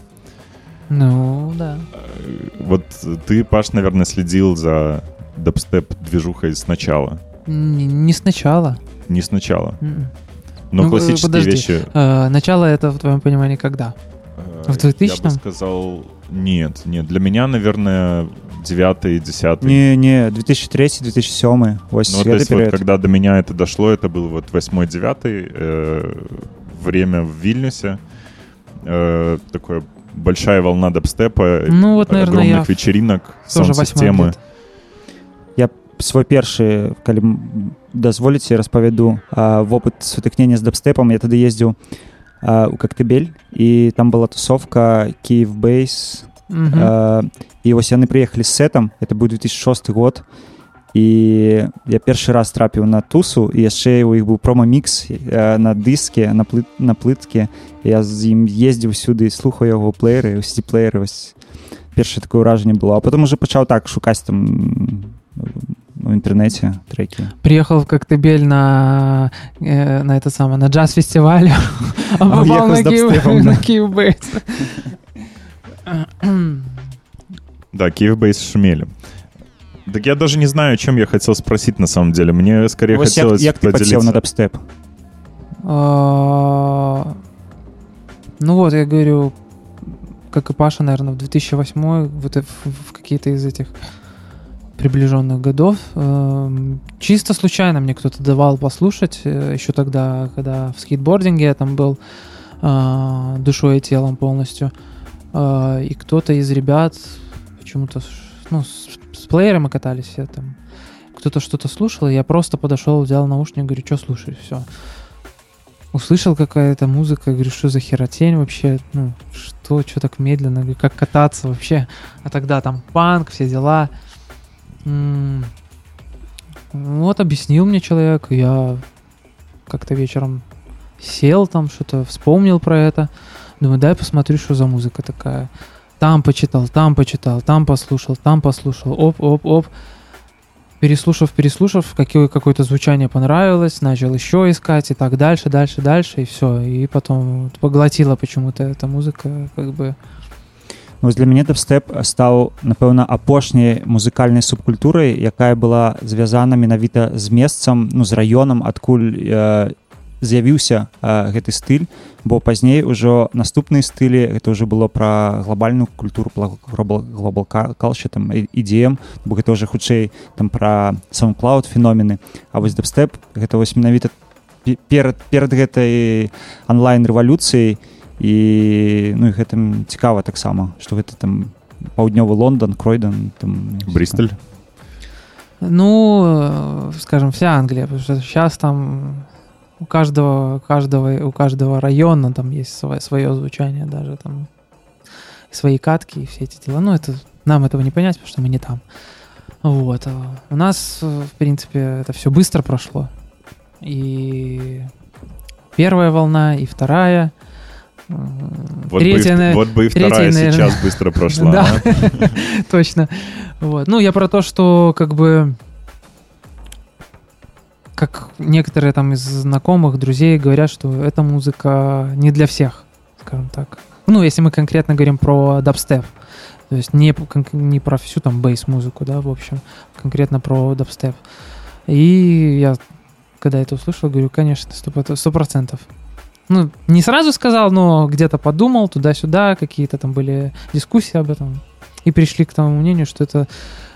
Да. Вот ты, Паш, наверное, следил за дабстеп-движухой сначала. Не сначала. Не сначала. Но классические вещи... Начало это, в твоем понимании, когда? В 2000-м? Я бы сказал... Нет. Для меня, наверное, 9-й, 10-й. Не, 2003-2007. То есть вот когда до меня это дошло, это был вот 8-й, 9-й, время в Вильнюсе. Такое большая волна дабстепа, огромных вечеринок, саунд-системы. Я свой першы, калі дазволіце, распавяду вопыт сутыкнення з дабстэпам. Я тады ездзіў у Коктебель, і там была тусовка Киев Бейс. І вось яны прыехалі з сетам, это быў 2006 год, і я першы раз трапіў на тусу, і яшчэ у іх быў промо-мікс на дыске, на плытке. Я з ім ездзіў сюды, слухаю яго плееры, CD-плееры, вось першае такое ўражанне было. А потом уже пачаў так шукаць там в интернете треки. Приехал в Коктебель на джаз-фестиваль, а попал на Киев Бейс. Да, Киев Бейс шумели. Так я даже не знаю, о чем я хотел спросить на самом деле. Мне скорее хотелось як ты подсел на дабстеп? Я говорю, как и Паша, наверное, в 2008 вот в какие-то из этих приближенных годов. Чисто случайно мне кто-то давал послушать, еще тогда, когда в скейтбординге я там был душой и телом полностью. И кто-то из ребят почему-то, с плеером мы катались все там. Кто-то что-то слушал, и я просто подошел, взял наушник, говорю, что слушаешь, все. Услышал какая-то музыка, говорю, что за херотень вообще, что так медленно, говорю, как кататься вообще. А тогда там панк, все дела. Вот объяснил мне человек, я как-то вечером сел там, что-то вспомнил про это. Думаю, дай посмотрю, что за музыка такая. Там почитал, там послушал. Оп. Переслушав, какое-то звучание понравилось, начал еще искать, и так дальше, и все. И потом поглотила почему-то эта музыка, как бы... Для мяне дабстэп стаў, напэўна, апошняй музыкальнай субкультурай, якая была звязана менавіта з месцам, з раёнам, адкуль з'явіўся гэты стыль, бо пазней ужо наступныя стылі, гэта ўжо было пра глобальную культуру, global culture, там, EDM, бо гэта ўжо хутчэй там пра SoundCloud феномены. А вось дабстэп, гэта вось менавіта перад гэтай онлайн-рэвалюцыяй. І гэтым цікава таксама, што гэта там паўднёвы Лондон, Кройдон, там... Бристоль? Скажем, вся Англия, потому что сейчас там у каждого района там есть свое звучание, даже там свои катки и все эти дела. Нам этого не понять, потому что мы не там. Вот. У нас, в принципе, это все быстро прошло. И первая волна, и вторая... Вот бы и вторая сейчас быстро прошла. Да, точно. Я про то, что как некоторые там из знакомых, друзей говорят, что эта музыка не для всех, скажем так. Если мы конкретно говорим про дабстеп, то есть не про всю там бейс-музыку, да, в общем, конкретно про дабстеп. И я, когда это услышал, говорю, конечно, 100%. ну, не сразу сказал, но где-то подумал туда-сюда, какие-то там были дискуссии об этом, и пришли к тому мнению, что это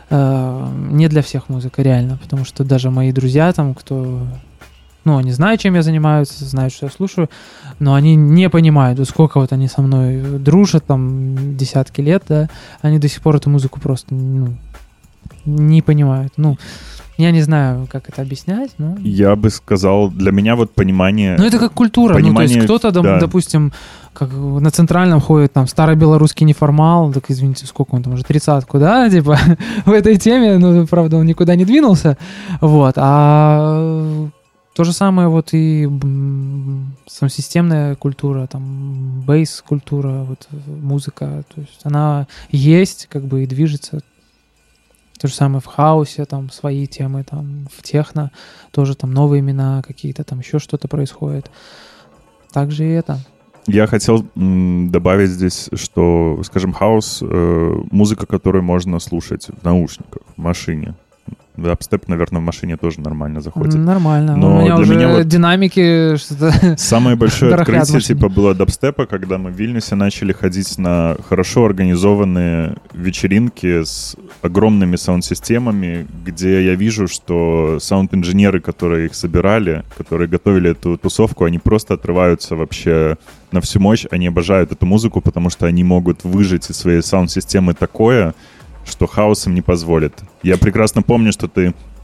не для всех музыка, реально, потому что даже мои друзья там, кто, ну, они знают, чем я занимаюсь, знают, что я слушаю, но они не понимают, сколько вот они со мной дружат, там, десятки лет, да, они до сих пор эту музыку просто, ну, не понимают, ну, я не знаю, как это объяснять, но... Я бы сказал, для меня вот понимание... Ну, это как культура. Понимание, ну, то есть кто-то, да. допустим, как на Центральном ходит там старобелорусский неформал, так, извините, сколько он там уже, 30-ку, да, типа, в этой теме, ну, правда, он никуда не двинулся, вот, а то же самое вот и самосистемная культура, там, бейс-культура, вот, музыка, то есть она есть, как бы, и движется. То же самое в хаосе, там свои темы, там в техно тоже там новые имена какие-то, там еще что-то происходит. Также и это. Я хотел добавить здесь, что, скажем, хаос, музыка, которую можно слушать в наушниках, в машине. Дабстеп, наверное, в машине тоже нормально заходит. Нормально. Но у меня для уже меня вот динамики что-то... Самое большое дорогие открытие машины. типа было дабстепа, когда мы в Вильнюсе начали ходить на хорошо организованные вечеринки с огромными саунд-системами, где я вижу, что саунд-инженеры, которые их собирали, которые готовили эту тусовку, они просто отрываются вообще на всю мощь. Они обожают эту музыку, потому что они могут выжать из своей саунд-системы такое, что хаос им не позволит. Я прекрасно помню, что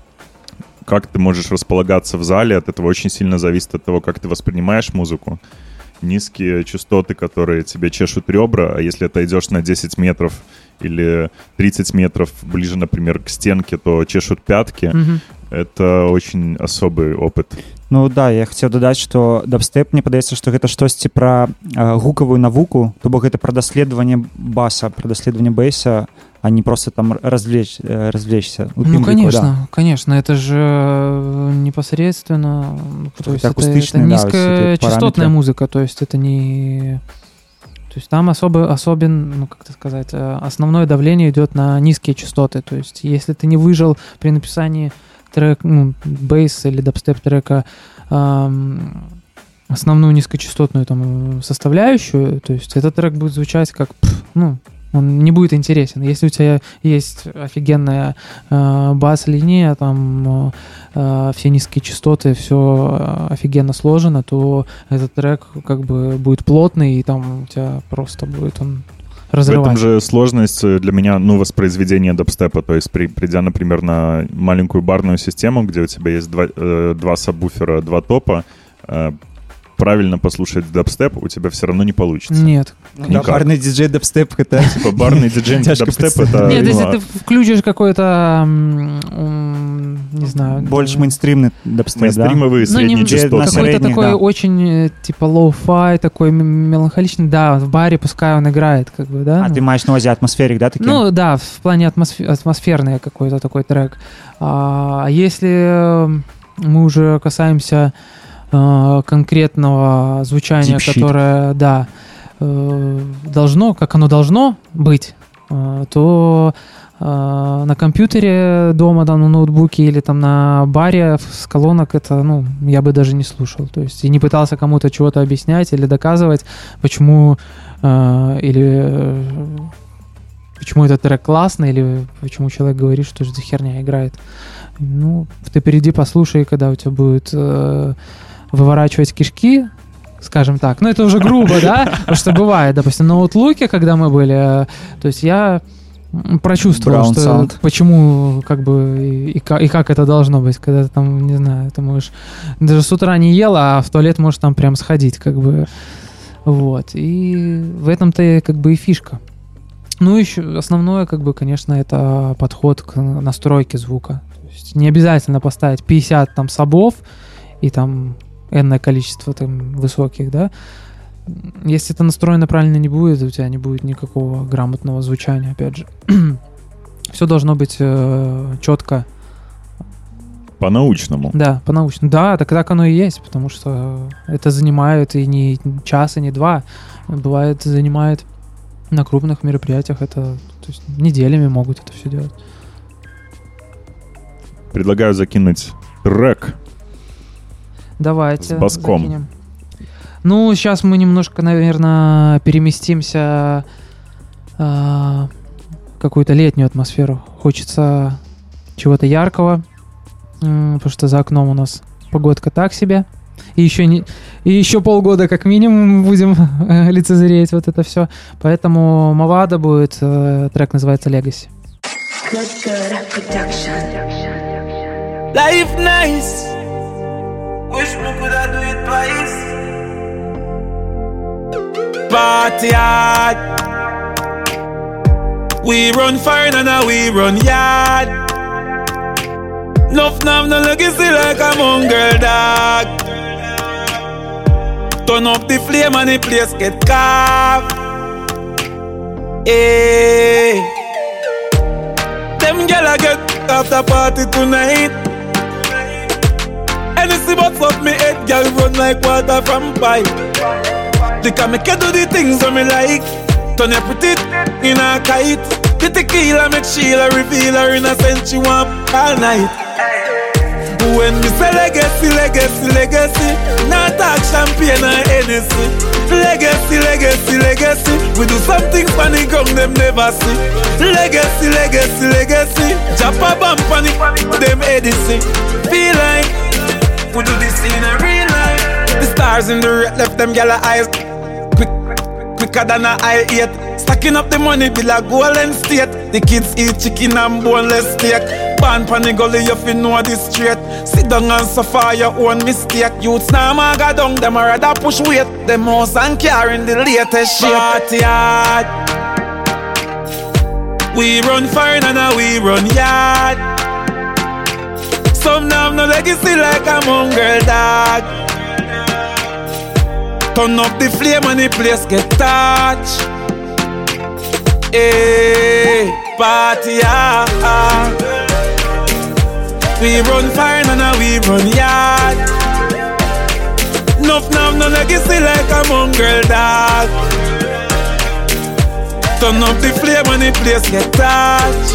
как ты можешь располагаться в зале, от этого очень сильно зависит от того, как ты воспринимаешь музыку. Низкие частоты, которые тебе чешут ребра, а если ты идешь на 10 метров или 30 метров ближе, например, к стенке, то чешут пятки. Это очень особый опыт. Ну да, я хотел дадаць, што дабстэп, мне падаецца, што гэта штосьці пра гукавую навуку, то бок гэта пра даследаванне баса, пра даследаванне бейса, а не просто там развлечься. Ну, конечно, конечно, это же непосредственно, то есть это низкочастотная музыка, то есть это не... То есть там особен, ну, как это сказать, основное давление идет на низкие частоты, то есть если ты не выжил при написании трек, ну, бейс или дабстеп трека основную низкочастотную там составляющую, то есть этот трек будет звучать как, ну, он не будет интересен. Если у тебя есть офигенная бас-линия, там все низкие частоты, все офигенно сложено, то этот трек как бы будет плотный, и там у тебя просто будет он разрывать. В этом же сложность для меня, ну, воспроизведение дабстепа. То есть, придя, например, на маленькую барную систему, где у тебя есть два сабвуфера, два топа, правильно послушать дабстеп у тебя все равно не получится. Нет. Да, барный диджей дабстеп это... Типа барный диджей дабстеп это... Нет, если ты включишь какой-то, не знаю... Больше мейнстримный дабстеп, да? Мейнстримовые средние частоты. Какой-то такой очень, типа, лоу-фай, такой меланхоличный. Да, в баре пускай он играет, как бы, да? А ты маешь на увазе атмосферик, да, таким? Ну, да, в плане атмосферный какой-то такой трек. А если мы уже касаемся конкретного звучания, которое, да, должно, как оно должно быть, то на компьютере дома, там, на ноутбуке или там на баре с колонок это, ну, я бы даже не слушал. То есть и не пытался кому-то чего-то объяснять или доказывать, почему или почему этот трек классный, или почему человек говорит, что же за херня играет. Ну, ты приди, послушай, когда у тебя будет выворачивать кишки, скажем так. Ну, это уже грубо, да? Потому что бывает, допустим, на Outlook'е, когда мы были, то есть я прочувствовал, что почему, как бы, и как это должно быть, когда ты там, не знаю, ты можешь даже с утра не ел, а в туалет можешь там прям сходить, как бы, вот. И в этом-то, как бы, и фишка. Ну, еще основное, как бы, конечно, это подход к настройке звука. То есть не обязательно поставить 50 там сабов и там энное количество там высоких, да. Если это настроено правильно не будет, у тебя не будет никакого грамотного звучания, опять же. Все должно быть четко. По-научному. Да, по-научному. Да, так оно и есть, потому что это занимает и не час, и не два. Бывает, занимает на крупных мероприятиях, это, то есть, неделями могут это все делать. Предлагаю закинуть трек. Давайте. С баском. Закинем. Ну, сейчас мы немножко, наверное, переместимся в какую-то летнюю атмосферу. Хочется чего-то яркого, потому что за окном у нас погодка так себе. И еще полгода как минимум будем лицезреть вот это все. Поэтому Мавада будет, трек называется «Legacy». Life nice. Wish we could have do it twice. Party hard. We run fire and now we run yard. Nuff nav no legacy like a mongrel dog. Turn up the flame and the place get carved. Hey. Them gyal get after party tonight. Anything but fuck me head, gyal run like water from pipe. They can make you do the things that me like. Turn your pretty in a kite. The tequila make Sheila reveal her innocence. She want all night. When we say legacy, legacy, legacy, not talk champagne or Hennessy. Legacy, legacy, legacy, we do something funny come them never see. Legacy, legacy, legacy, jump a bump on it, them Edison. Feel like we do this in a real life. The stars in the red left them yellow eyes quicker than a I-8. Stacking up the money be like Golden State. The kids eat chicken and boneless steak. Born pan the gully you fi know this straight. Sit down and suffer your own mistake. Youths now maga down, them a rather push weight. Them house and car in the latest shape. Party hard. We run fire and now we run yard. Some now have no legacy like a mongrel dog. Turn up the flame and the place get touched. Hey, party hard. We run fire and now we run yard. Nuff nav no legacy like a mongrel dog. Turn up the flame and the place get touched.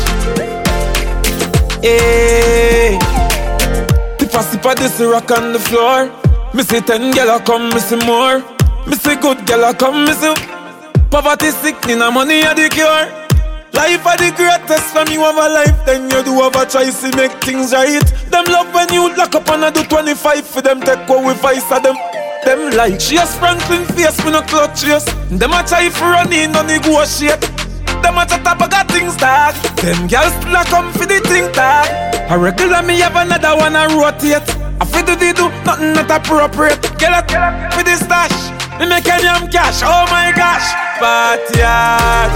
Hey, Sipa this rock on the floor. Me see 10 gyal come, me see more. Me see good gyal come, me see poverty sickness and money a the cure. Life are the greatest from you have a life, then you do have a choice to make things right. Them love when you lock up and I do 25 for them take away vice of them. Them like she a sprinkling face with no clutch race. Them a try for running no negotiate. Them a chat about got things tag. Them girls still a come for the thing tag. A regular me have another one a rotate. I fit do nothing not appropriate. Get up with the stash. Me make any cash. Oh my gosh. Party hard.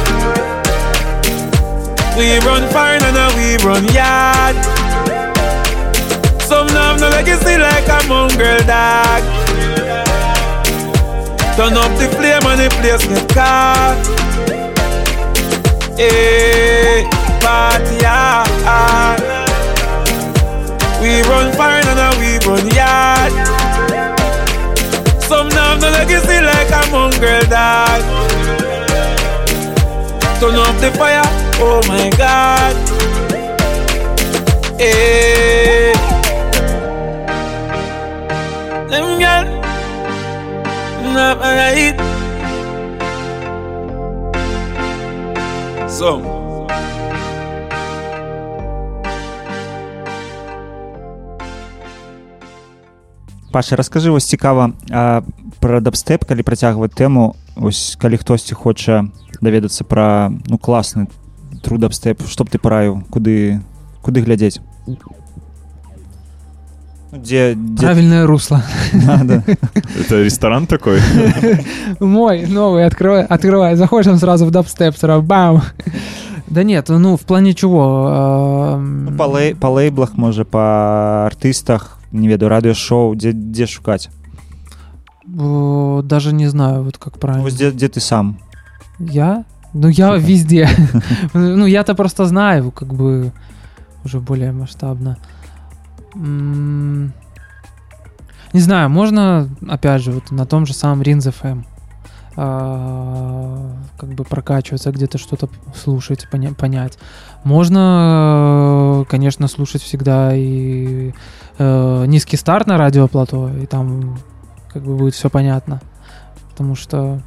We run fire and now we run yard. Some now have no legacy like a mongrel dog. Turn up the flame and the place get caught. Hey, party hard. We run fire and now we run yard. Some now have no legacy like a mongrel dog. Turn up the fire, oh my God. Hey, them girl, not right. So. Паша, раскажы, вось цікава пра дабстэп, калі працягваць тэму, ось калі хтосьці хоча даведацца пра класны тру дабстэп, што б ты параіў, куды глядзець? Правильное русло. Это ресторан такой? Мой новый, открывай, заходишь сразу в дабстеп, сразу бам. Да нет, в плане чего? По лейблах, може, по артистах, не ведаю, радиошоу, где шукать? Даже не знаю, вот как правильно. Где ты сам? Я? Я везде. Я-то просто знаю, как бы уже более масштабно. Не знаю, можно, опять же, вот на том же самом Rinz FM как бы прокачиваться, где-то что-то слушать, понять. Можно, конечно, слушать всегда и низкий старт на радиоплато, и там как бы будет все понятно. потому что,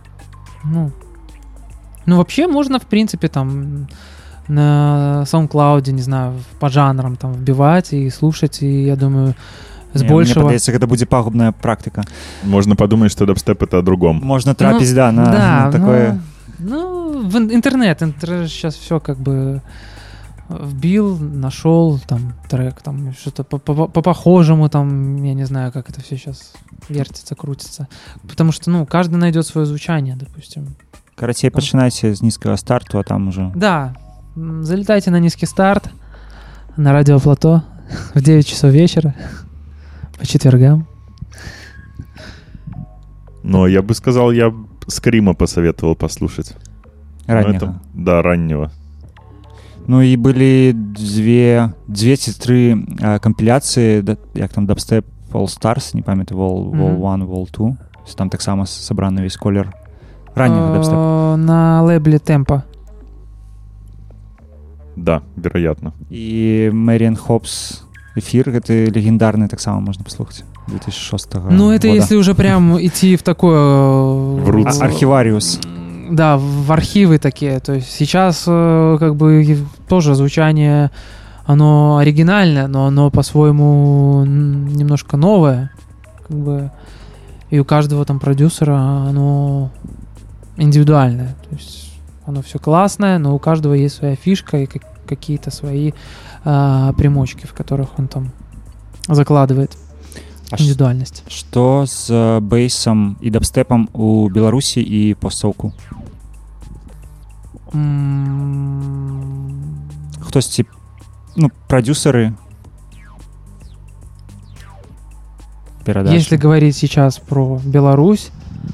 вообще можно, в принципе, там на SoundCloud, не знаю, по жанрам там вбивать и слушать, и я думаю, с большего... Мне падаецца, гэта будзе пагубная практыка. Можно подумать, что дабстеп — это о другом. Можно трапіць, на такое... в интернет сейчас все как бы вбил, нашел там трек, там что-то по похожему, там, я не знаю, как это все сейчас вертится, крутится. Потому что, каждый найдет свое звучание, допустим. Карацей, пачынайце з нізкага старту, а там уже... Да, залетайте на низкий старт на радио Плато в 9 часов вечера по четвергам. Но я бы сказал, я Скрима посоветовал послушать. Раннего. Да, раннего. І былі дзве ці тры кампіляцыі, як там Dubstep All Stars, не памятаю, Vol 1, Vol 2. Там таксама сабраны весь колер раннего Dubstep. На лейбле Темпа. Да, вероятно. І Мэриан Хопс эфир, гэта легендарны, таксама можна паслухаць, 2006 года. Это если уже прям идти в такое... Архивариус. Да, в архивы такие. То есть сейчас как бы тоже звучание, оно оригинальное, но оно по-своему немножко новое. Как бы, и у каждого там продюсера оно индивидуальное. То есть оно все классное, но у каждого есть своя фишка и какие-то свои примочки, в которых он там закладывает индивидуальность. Что с бейсом и дабстепом у Беларуси и постсоўку? Хтосьці, продюсеры перадачи. Если говорить сейчас про Беларусь,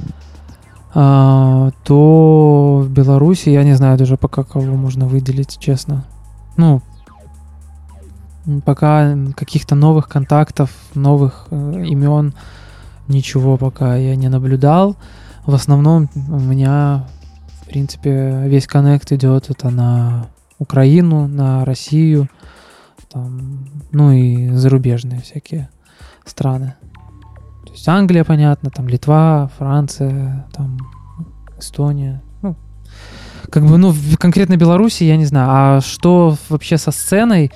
то в Беларуси я не знаю даже пока кого можно выделить, честно. Пока каких-то новых контактов, новых имен, ничего пока я не наблюдал. В основном у меня, в принципе, весь коннект идет это на Украину, на Россию, там, и зарубежные всякие страны. То есть Англия, понятно, там Литва, Франция, там Эстония. В конкретно Беларуси я не знаю. А что вообще со сценой?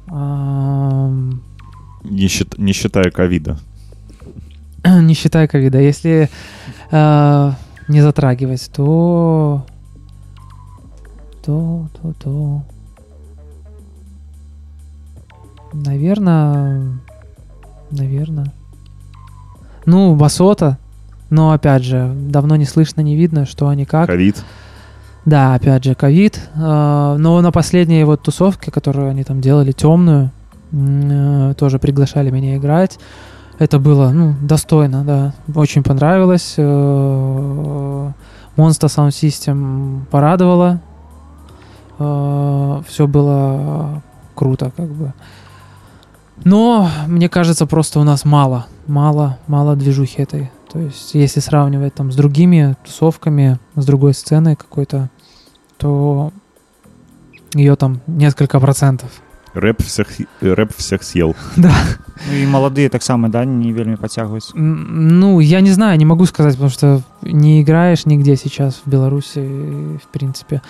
Не считая ковида. Не считая ковида. Если не затрагивать, то... Наверное. Басота. Но, опять же, давно не слышно, не видно, что они как. Ковид. Да, опять же, ковид. Но на последней тусовке, которую они там делали, темную, тоже приглашали меня играть. Это было, достойно, да. Очень понравилось. Monster Sound System порадовала. Все было круто, как бы. Но, мне кажется, просто у нас мало движухи этой. То есть, если сравнивать там с другими тусовками, с другой сценой какой-то, то ее там несколько процентов. Рэп всех съел. Да. И молодые так само, да, не вельми подтягиваются? Я не знаю, не могу сказать, потому что не играешь нигде сейчас в Беларуси, в принципе.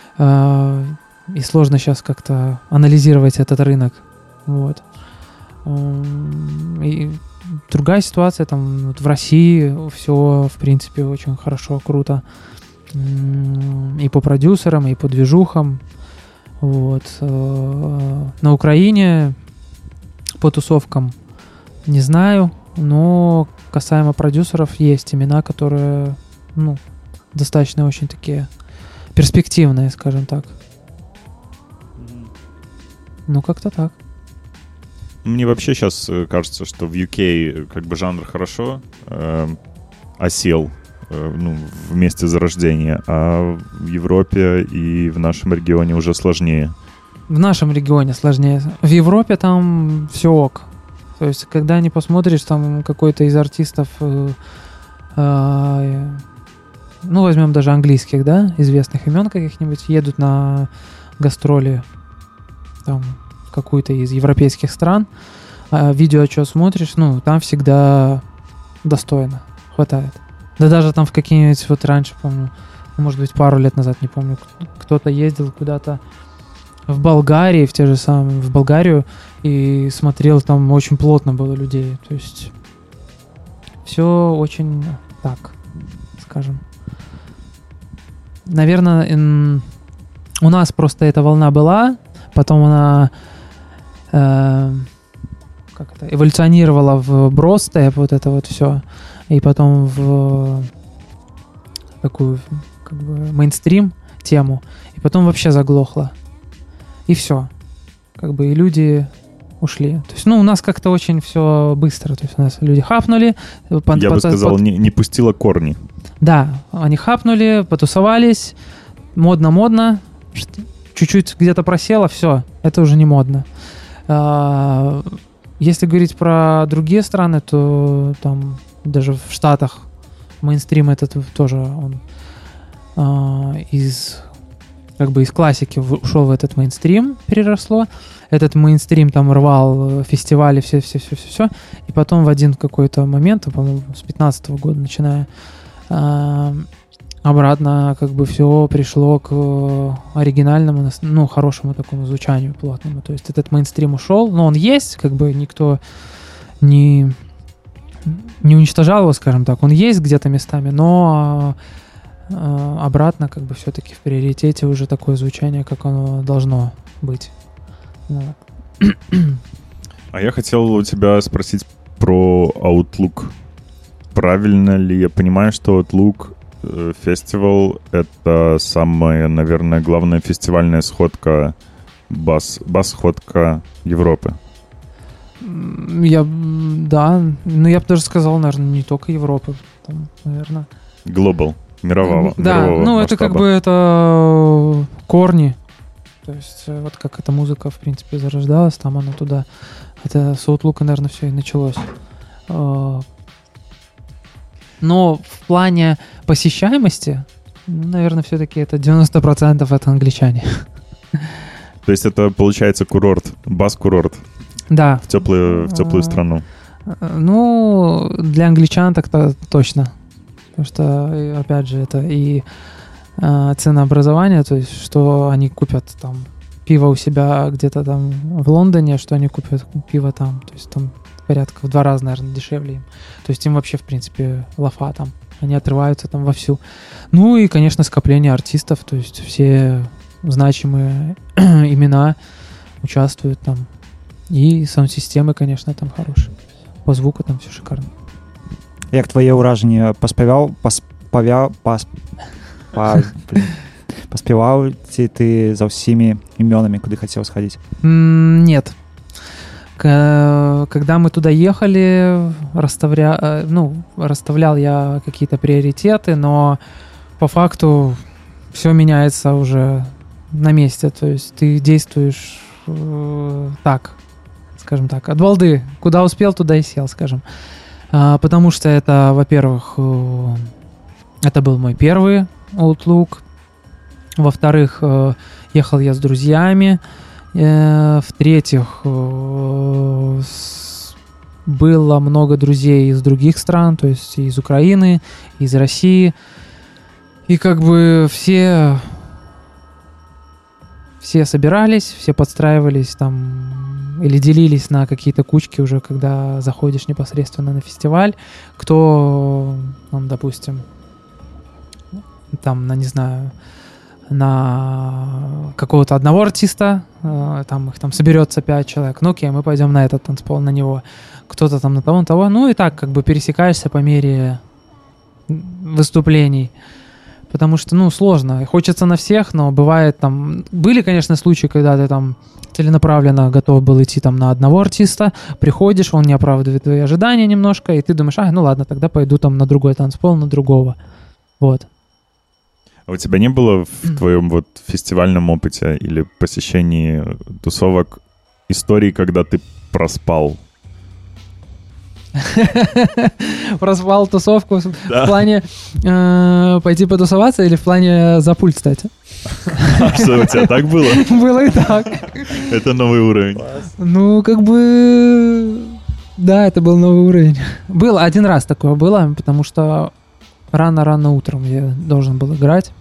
И сложно сейчас как-то анализировать этот рынок. Вот. И другая ситуация, там, в России все, в принципе, очень хорошо, круто. И по продюсерам, и по движухам. Вот. На Украине по тусовкам не знаю, но касаемо продюсеров есть имена, которые, достаточно очень такие перспективные, скажем так. Как-то так. Мне вообще сейчас кажется, что в UK как бы жанр хорошо осел в месте зарождения, а в Европе и в нашем регионе уже сложнее. В нашем регионе сложнее. В Европе там все ок. То есть, когда не посмотришь, там какой-то из артистов, возьмем даже английских, да, известных имен каких-нибудь, едут на гастроли там в какую-то из европейских стран, видеоотчет смотришь, там всегда достойно, хватает. Да даже там в какие-нибудь, вот раньше, помню, может быть, пару лет назад, не помню, кто-то ездил куда-то в Болгарии, в Болгарию, и смотрел, там очень плотно было людей. То есть все очень так, скажем. Наверное, у нас просто эта волна была, потом она эволюционировала в бростеп, вот это вот все, и потом в такую как бы мейнстрим тему, и потом вообще заглохла. И все. Как бы и люди ушли. То есть, у нас как-то очень все быстро. То есть у нас люди хапнули. Я бы сказал, не пустила корни. Да, они хапнули, потусовались, модно, чуть-чуть где-то просело, все, это уже не модно. Если говорить про другие страны, то там даже в Штатах мейнстрим этот тоже он из классики ушел в этот мейнстрим, переросло. Этот мейнстрим там рвал фестивали, все. И потом в один какой-то момент, по-моему, с 15-го года начиная, обратно как бы все пришло к оригинальному, хорошему такому звучанию плотному. То есть этот мейнстрим ушел, но он есть, как бы никто не уничтожал его, скажем так. Он есть где-то местами, но обратно как бы все-таки в приоритете уже такое звучание, как оно должно быть. Вот. А я хотел у тебя спросить про Outlook. Правильно ли я понимаю, что Outlook фестивал — это самая, наверное, главная фестивальная сходка, бас-сходка Европы? Я бы даже сказал, наверное, не только Европы, там, наверное. Глобал, мирового масштаба. Это как бы это корни. То есть вот как эта музыка, в принципе, зарождалась, там она туда. Это с Outlook, наверное, все и началось. Но в плане посещаемости, наверное, все-таки это 90% это англичане. То есть это, получается, курорт, бас-курорт? Да. В теплую страну? Для англичан так-то точно. Потому что, опять же, это и ценообразование, то есть что они купят там пиво у себя где-то там в Лондоне, что они купят пиво там. То есть там порядка в 2 раза, наверное, дешевле им. То есть им вообще, в принципе, лафа там. Они отрываются там вовсю. И, конечно, скопление артистов, то есть все значимые имена участвуют там. И саунд-системы, конечно, там хорошие. По звуку там все шикарно. Як твоє ураження поспевал ты за всеми именами, куда хотел сходить? Нет. Когда мы туда ехали, расставлял я какие-то приоритеты, но по факту все меняется уже на месте. То есть ты действуешь так, скажем так, от балды. Куда успел, туда и сел, скажем. Потому что это, во-первых, это был мой первый Outlook. Во-вторых, ехал я с друзьями. В-третьих, было много друзей из других стран, то есть из Украины, из России. И как бы все собирались, все подстраивались там или делились на какие-то кучки уже, когда заходишь непосредственно на фестиваль. Кто, допустим, там, не знаю, на какого-то одного артиста, там их там соберется 5 человек, окей, мы пойдем на этот танцпол, на него. Кто-то там на того, и так как бы пересекаешься по мере выступлений. Потому что, сложно. Хочется на всех, но бывает там... Были, конечно, случаи, когда ты там целенаправленно готов был идти там на одного артиста, приходишь, он не оправдывает твои ожидания немножко, и ты думаешь, ладно, тогда пойду там на другой танцпол, на другого. Вот. А у тебя не было в твоем вот фестивальном опыте или посещении тусовок историй, когда ты проспал? Проспал тусовку в плане пойти потусоваться или в плане за пульт, кстати? Что, у тебя так было? Было и так. Это новый уровень. Да, это был новый уровень. Было один раз такое было, потому что рано-рано утром я должен был играть.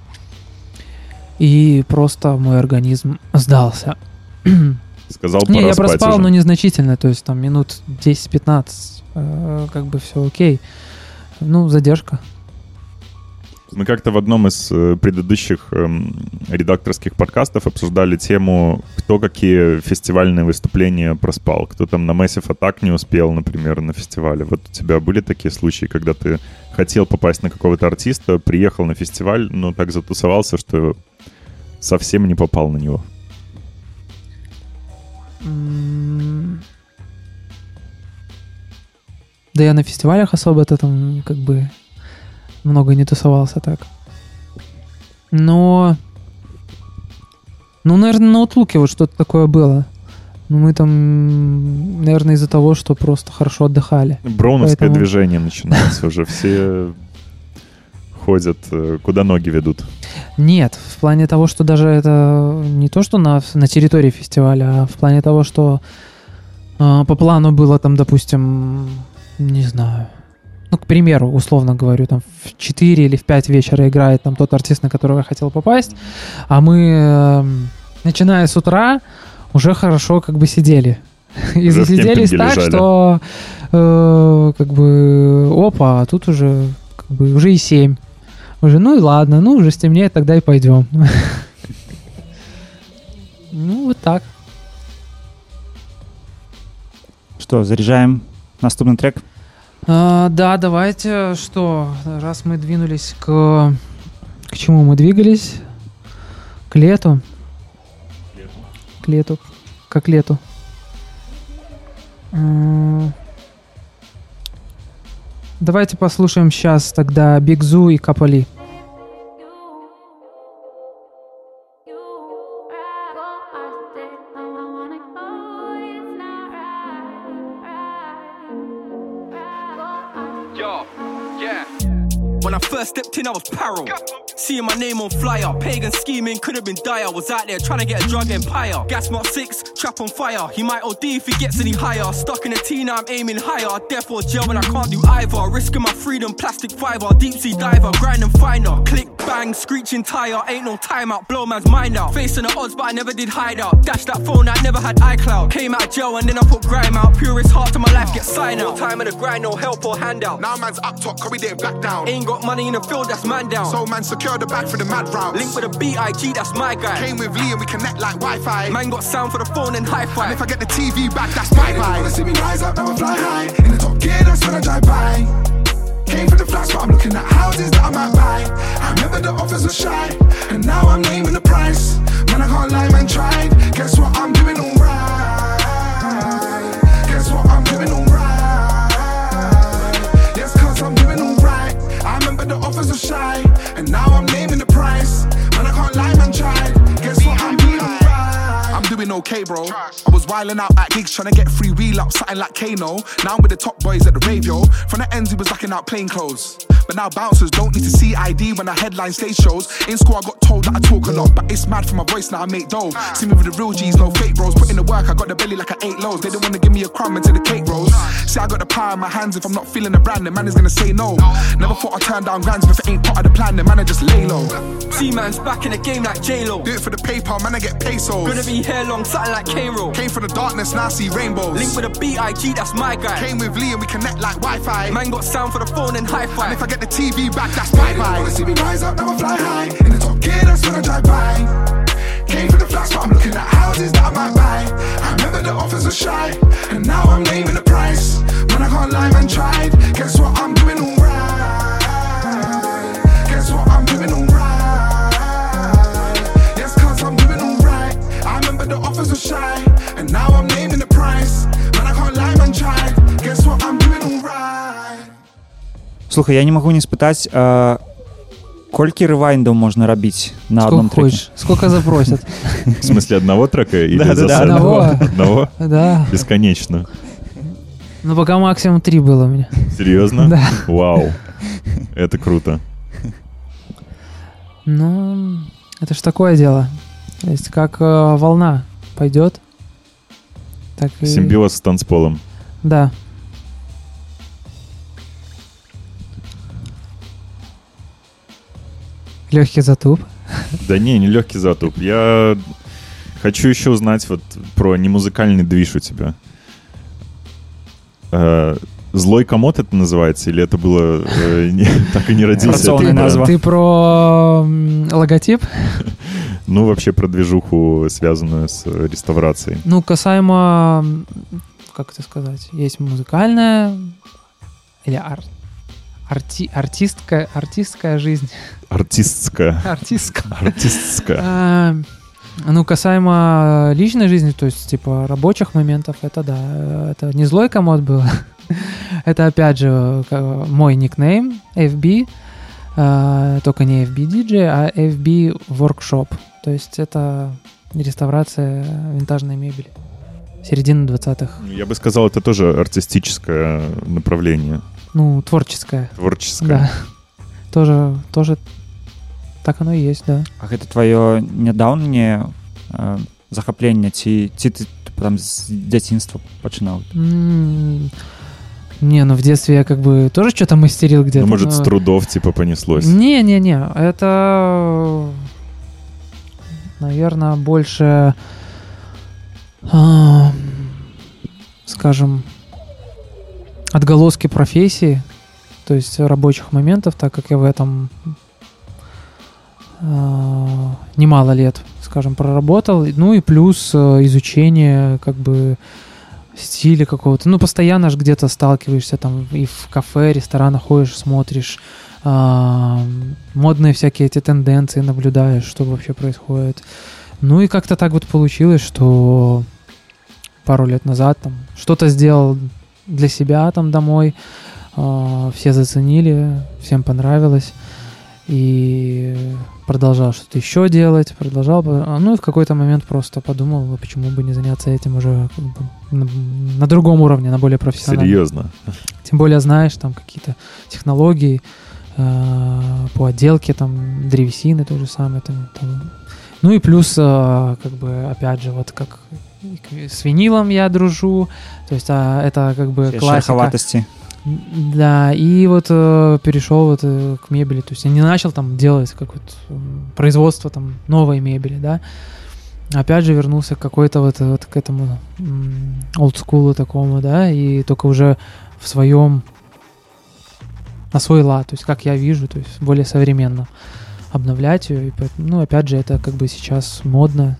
И просто мой организм сдался. Сказал, Не, пора я спать проспал, уже. но незначительно, то есть там минут 10-15, как бы все окей. Ну, задержка. Мы как-то в одном из предыдущих редакторских подкастов обсуждали тему, кто какие фестивальные выступления проспал. Кто там на Massive Attack не успел, например, на фестивале. Вот у тебя были такие случаи, когда ты хотел попасть на какого-то артиста, приехал на фестиваль, но так затусовался, что совсем не попал на него? Да я на фестивалях особо-то там как бы много не тусовался так. Но... Ну, наверное, на Утлуке вот что-то такое было. Но мы там, наверное, из-за того, что просто хорошо отдыхали. Броуновское движение начинается уже. Все ходят, куда ноги ведут. Нет, в плане того, что даже это не то, что на территории фестиваля, а в плане того, что по плану было там, допустим, не знаю, ну, к примеру, условно говорю, там в 4 или в 5 вечера играет там тот артист, на которого я хотел попасть, а мы, начиная с утра, уже хорошо как бы сидели. И Уже в засиделись кемпинге так, лежали. что как бы опа, а тут уже как бы уже и 7. Уже, ну и ладно, ну уже стемнеет, тогда и пойдем. Ну, вот так. Что, заряжаем наступный трек? Да, давайте, что, раз мы двинулись к чему мы двигались? К лету. К лету. Как лету. Давайте послушаем сейчас тогда Big Zoo и Капали. When I first stepped in, I was paro. Seeing my name on flyer, pagan scheming could have been dire. Was out there trying to get a drug empire. Gas Mark 6, trap on fire. He might OD if he gets any higher. Stuck in a T, now I'm aiming higher. Death or jail when I can't do either. Risking my freedom, plastic fiber. Deep sea diver, grind and finder. Click, bang, screeching tire. Ain't no timeout, blow man's mind out. Facing the odds, but I never did hide out. Dashed that phone, I never had iCloud. Came out of jail and then I put grime out. Purest heart to my life, get signed out. Time of the grind, no help or handout. Now man's up top, cause we didn't back down. Ain't got money in the field, that's man down. So man secure the bag for the mad rounds. Link with a BIG, that's my guy. Came with Lee and we connect like Wi-Fi. Man got sound for the phone and hi-fi. And if I get the TV back, that's my vibe. Wanna see me rise up, now I fly high. In the top gear, that's when I drive by. Came for the flats, but I'm looking at houses that I might buy. I remember the offers were shy, and now I'm naming the price. Man, I can't lie, man, tried. Guess what, I'm doing alright. Guess what, I'm doing alright. Yes, cause I'm doing alright. I remember the offers were shy, and now I'm naming the price. Man, I can't lie, man, tried. Guess what, I'm doing alright. I'm doing okay, bro. I was wilding out at gigs trying to get free wheel up, something like Kano. Now I'm with the top boys at the rave, yo. From the ends, he was locking out plain clothes. But now bouncers don't need to see ID when I headline stage shows. In school, I got told that I talk a lot, but it's mad for my voice now I make dough. See me with the real G's, no fake bros. Put in the work, I got the belly like I ate loads. They didn't want to give me a crumb until the cake rolls. See, I got the power in my hands. If I'm not feeling the brand, the man is gonna say no. Never thought I'd turn down grands, but if it ain't part of the plan, the man I just lay low. C-man's back in the game like J-Lo. Do it for the paper, man, I get pesos. Gonna be here long, something like K-Roll. Came from the darkness, now I see rainbows. Link with a BIG, that's my guy. Came with Lee and we connect like Wi-Fi. Man got sound for the phone and hi-fi. And if I get the TV back, that's bye-bye. Wanna see me rise up, now I fly high. In the top gear, that's when I drive by. Came for the flats, but I'm looking at houses that I might buy. I remember the offers were shy, and now I'm naming the price. Man, I can't lie, man, tried. Guess what, I'm doing alright. Guess what, I'm doing alright. Yes, cause I'm doing alright. I remember the offers were shy, and now I'm naming the price. Man, I can't lie, man, tried. Guess what, I'm doing alright. Слухай, я не могу не спытаць, колькі рэвайндаў можна рабіць на Сколько одном треке? хочешь, сколько запросят. В смысле одного трека или Да, за да, сет? одного. Одного? Да. Бесконечно. Ну, пока максимум 3 было у меня. Серьезно? Да. Вау. Это круто. Ну, это ж такое дело. То есть, как волна пойдет, так и... Симбиоз с танцполом. Да. Легкий затуп. Да не легкий затуп. Я хочу еще узнать вот про немузыкальный движ у тебя. «Злой комод» это называется? Или это было... так и не родился? Ты про логотип? Ну, вообще про движуху, связанную с реставрацией. Ну, касаемо... Как это сказать? Есть музыкальная... Или артистская жизнь. Артистская. Ну, касаемо личной жизни, то есть, типа, рабочих моментов, это да. Это не «Злой комод» был. Это, опять же, мой никнейм, FB. Только не FB DJ, а FB Workshop. То есть, это реставрация винтажной мебели. Середины 20-х. Я бы сказал, это тоже артистическое направление. Ну, творческое. Да. Тоже так оно и есть, да. А гэта твоё нядаўняе захапленне ці ты там з дзяцінства пачынаў? Не, ну в детстве я как бы тоже что-то мастерил где-то. Ну, может, с трудов типа понеслось? Не, это, наверное, больше, скажем, отголоски профессии, то есть рабочих моментов, так как я в этом немало лет, скажем, проработал, ну и плюс изучение как бы стиля какого-то, ну постоянно же где-то сталкиваешься там и в кафе, ресторанах ходишь, смотришь, модные всякие эти тенденции наблюдаешь, что вообще происходит. Ну и как-то так вот получилось, что пару лет назад там что-то сделал для себя там домой, все заценили, всем понравилось. И продолжал что-то еще делать, ну и в какой-то момент просто подумал, почему бы не заняться этим уже как бы на другом уровне, на более профессиональном. Серьезно? Тем более знаешь, там какие-то технологии по отделке, там древесины то же самое. Там. Ну и плюс, как бы, опять же, вот как с винилом я дружу, то есть это как бы классика. Шероховатости. Да, и вот перешел вот к мебели, то есть я не начал там делать какое-то производство там новой мебели, да, опять же вернулся к какой-то вот к этому олдскулу такому, да, и только уже в своем, на свой лад, то есть как я вижу, то есть более современно обновлять ее, и, ну, опять же, это как бы сейчас модно.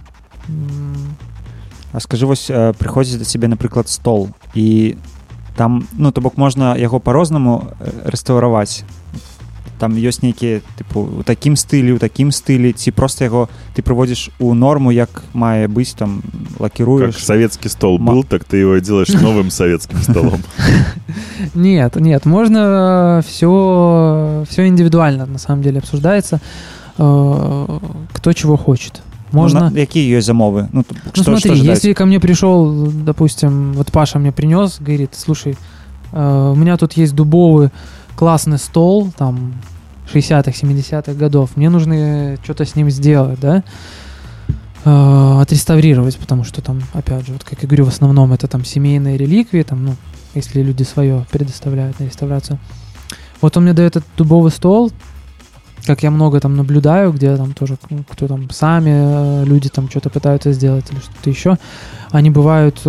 А скажи, вось прыходзіць да цябе, напрыклад, стол, і там, ну, то бок можна яго па-рознаму рэстаўраваць. Там ёсць нейкія, тыпу, у такім стылі, ці проста яго ты прыводзіш у норму, як мае быць, там, лакіруеш. Как советский стол был, так ты его делаешь новым советским столом. Нет, можно все индивидуально, на самом деле, обсуждается, кто чего хочет. Можно... Ну, какие ее замовы? Ну, смотри, если ко мне пришел, допустим, вот Паша мне принес, говорит, слушай, у меня тут есть дубовый классный стол, там, 60-х, 70-х годов, мне нужно что-то с ним сделать, да, отреставрировать, потому что там, опять же, вот как я говорю, в основном это там семейные реликвии, там, ну, если люди свое предоставляют на реставрацию. Вот он мне дает этот дубовый стол, как я много там наблюдаю, где там тоже, ну, кто там сами люди там что-то пытаются сделать или что-то еще, они бывают,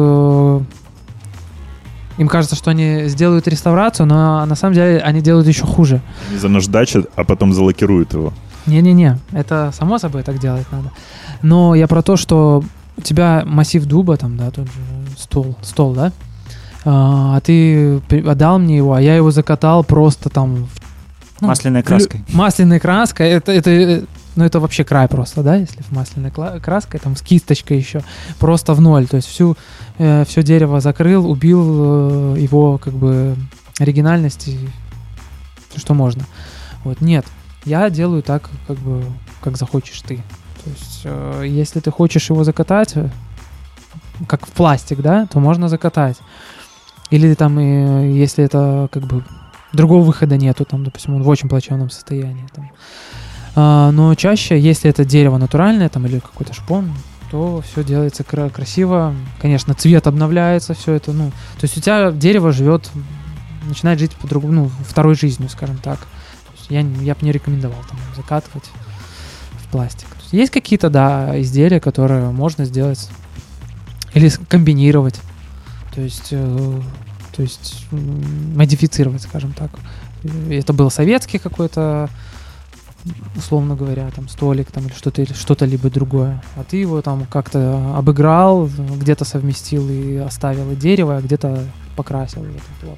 им кажется, что они сделают реставрацию, но на самом деле они делают еще хуже. Они занаждачат, а потом залакируют его. Не-не-не, это само собой так делать надо. Но я про то, что у тебя массив дуба, там, да, тот же стол, да, а ты отдал мне его, а я его закатал просто там... Ну, масляной краской. Масляной краской, это вообще край просто, да, если масляной краской, там с кисточкой еще, просто в ноль, то есть все дерево закрыл, убил его как бы оригинальность, что можно. Вот, нет, я делаю так, как бы, как захочешь ты. То есть, если ты хочешь его закатать, как в пластик, да, то можно закатать. Или там, если это как бы другого выхода нету, там, допустим, он в очень плачевном состоянии. Там. Но чаще, если это дерево натуральное там, или какой-то шпон, то все делается красиво. Конечно, цвет обновляется, все это. Ну, то есть у тебя дерево живет, начинает жить по-другому, ну, второй жизнью, скажем так. То есть я бы не рекомендовал там закатывать. пластик. То есть какие-то, да, изделия, которые можно сделать или комбинировать, то есть модифицировать, скажем так. Это был советский какой-то, условно говоря, там столик там, или что-то либо другое. А ты его там как-то обыграл, где-то совместил и оставил дерево, а где-то покрасил этот плод.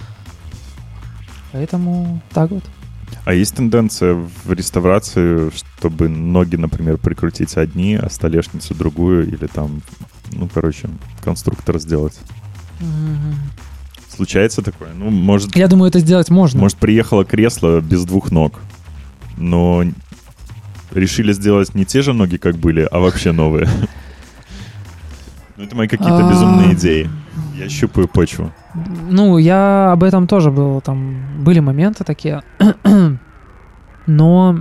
Поэтому так вот. А есть тенденция в реставрации, чтобы ноги, например, прикрутить одни, а столешницу другую, или там, конструктор сделать? Случается такое? Ну, может... Я думаю, это сделать можно. Может, приехало кресло без двух ног, но решили сделать не те же ноги, как были, а вообще новые. Ну, это мои какие-то безумные идеи. Я щупаю почву. Ну, я об этом тоже был, там были моменты такие, но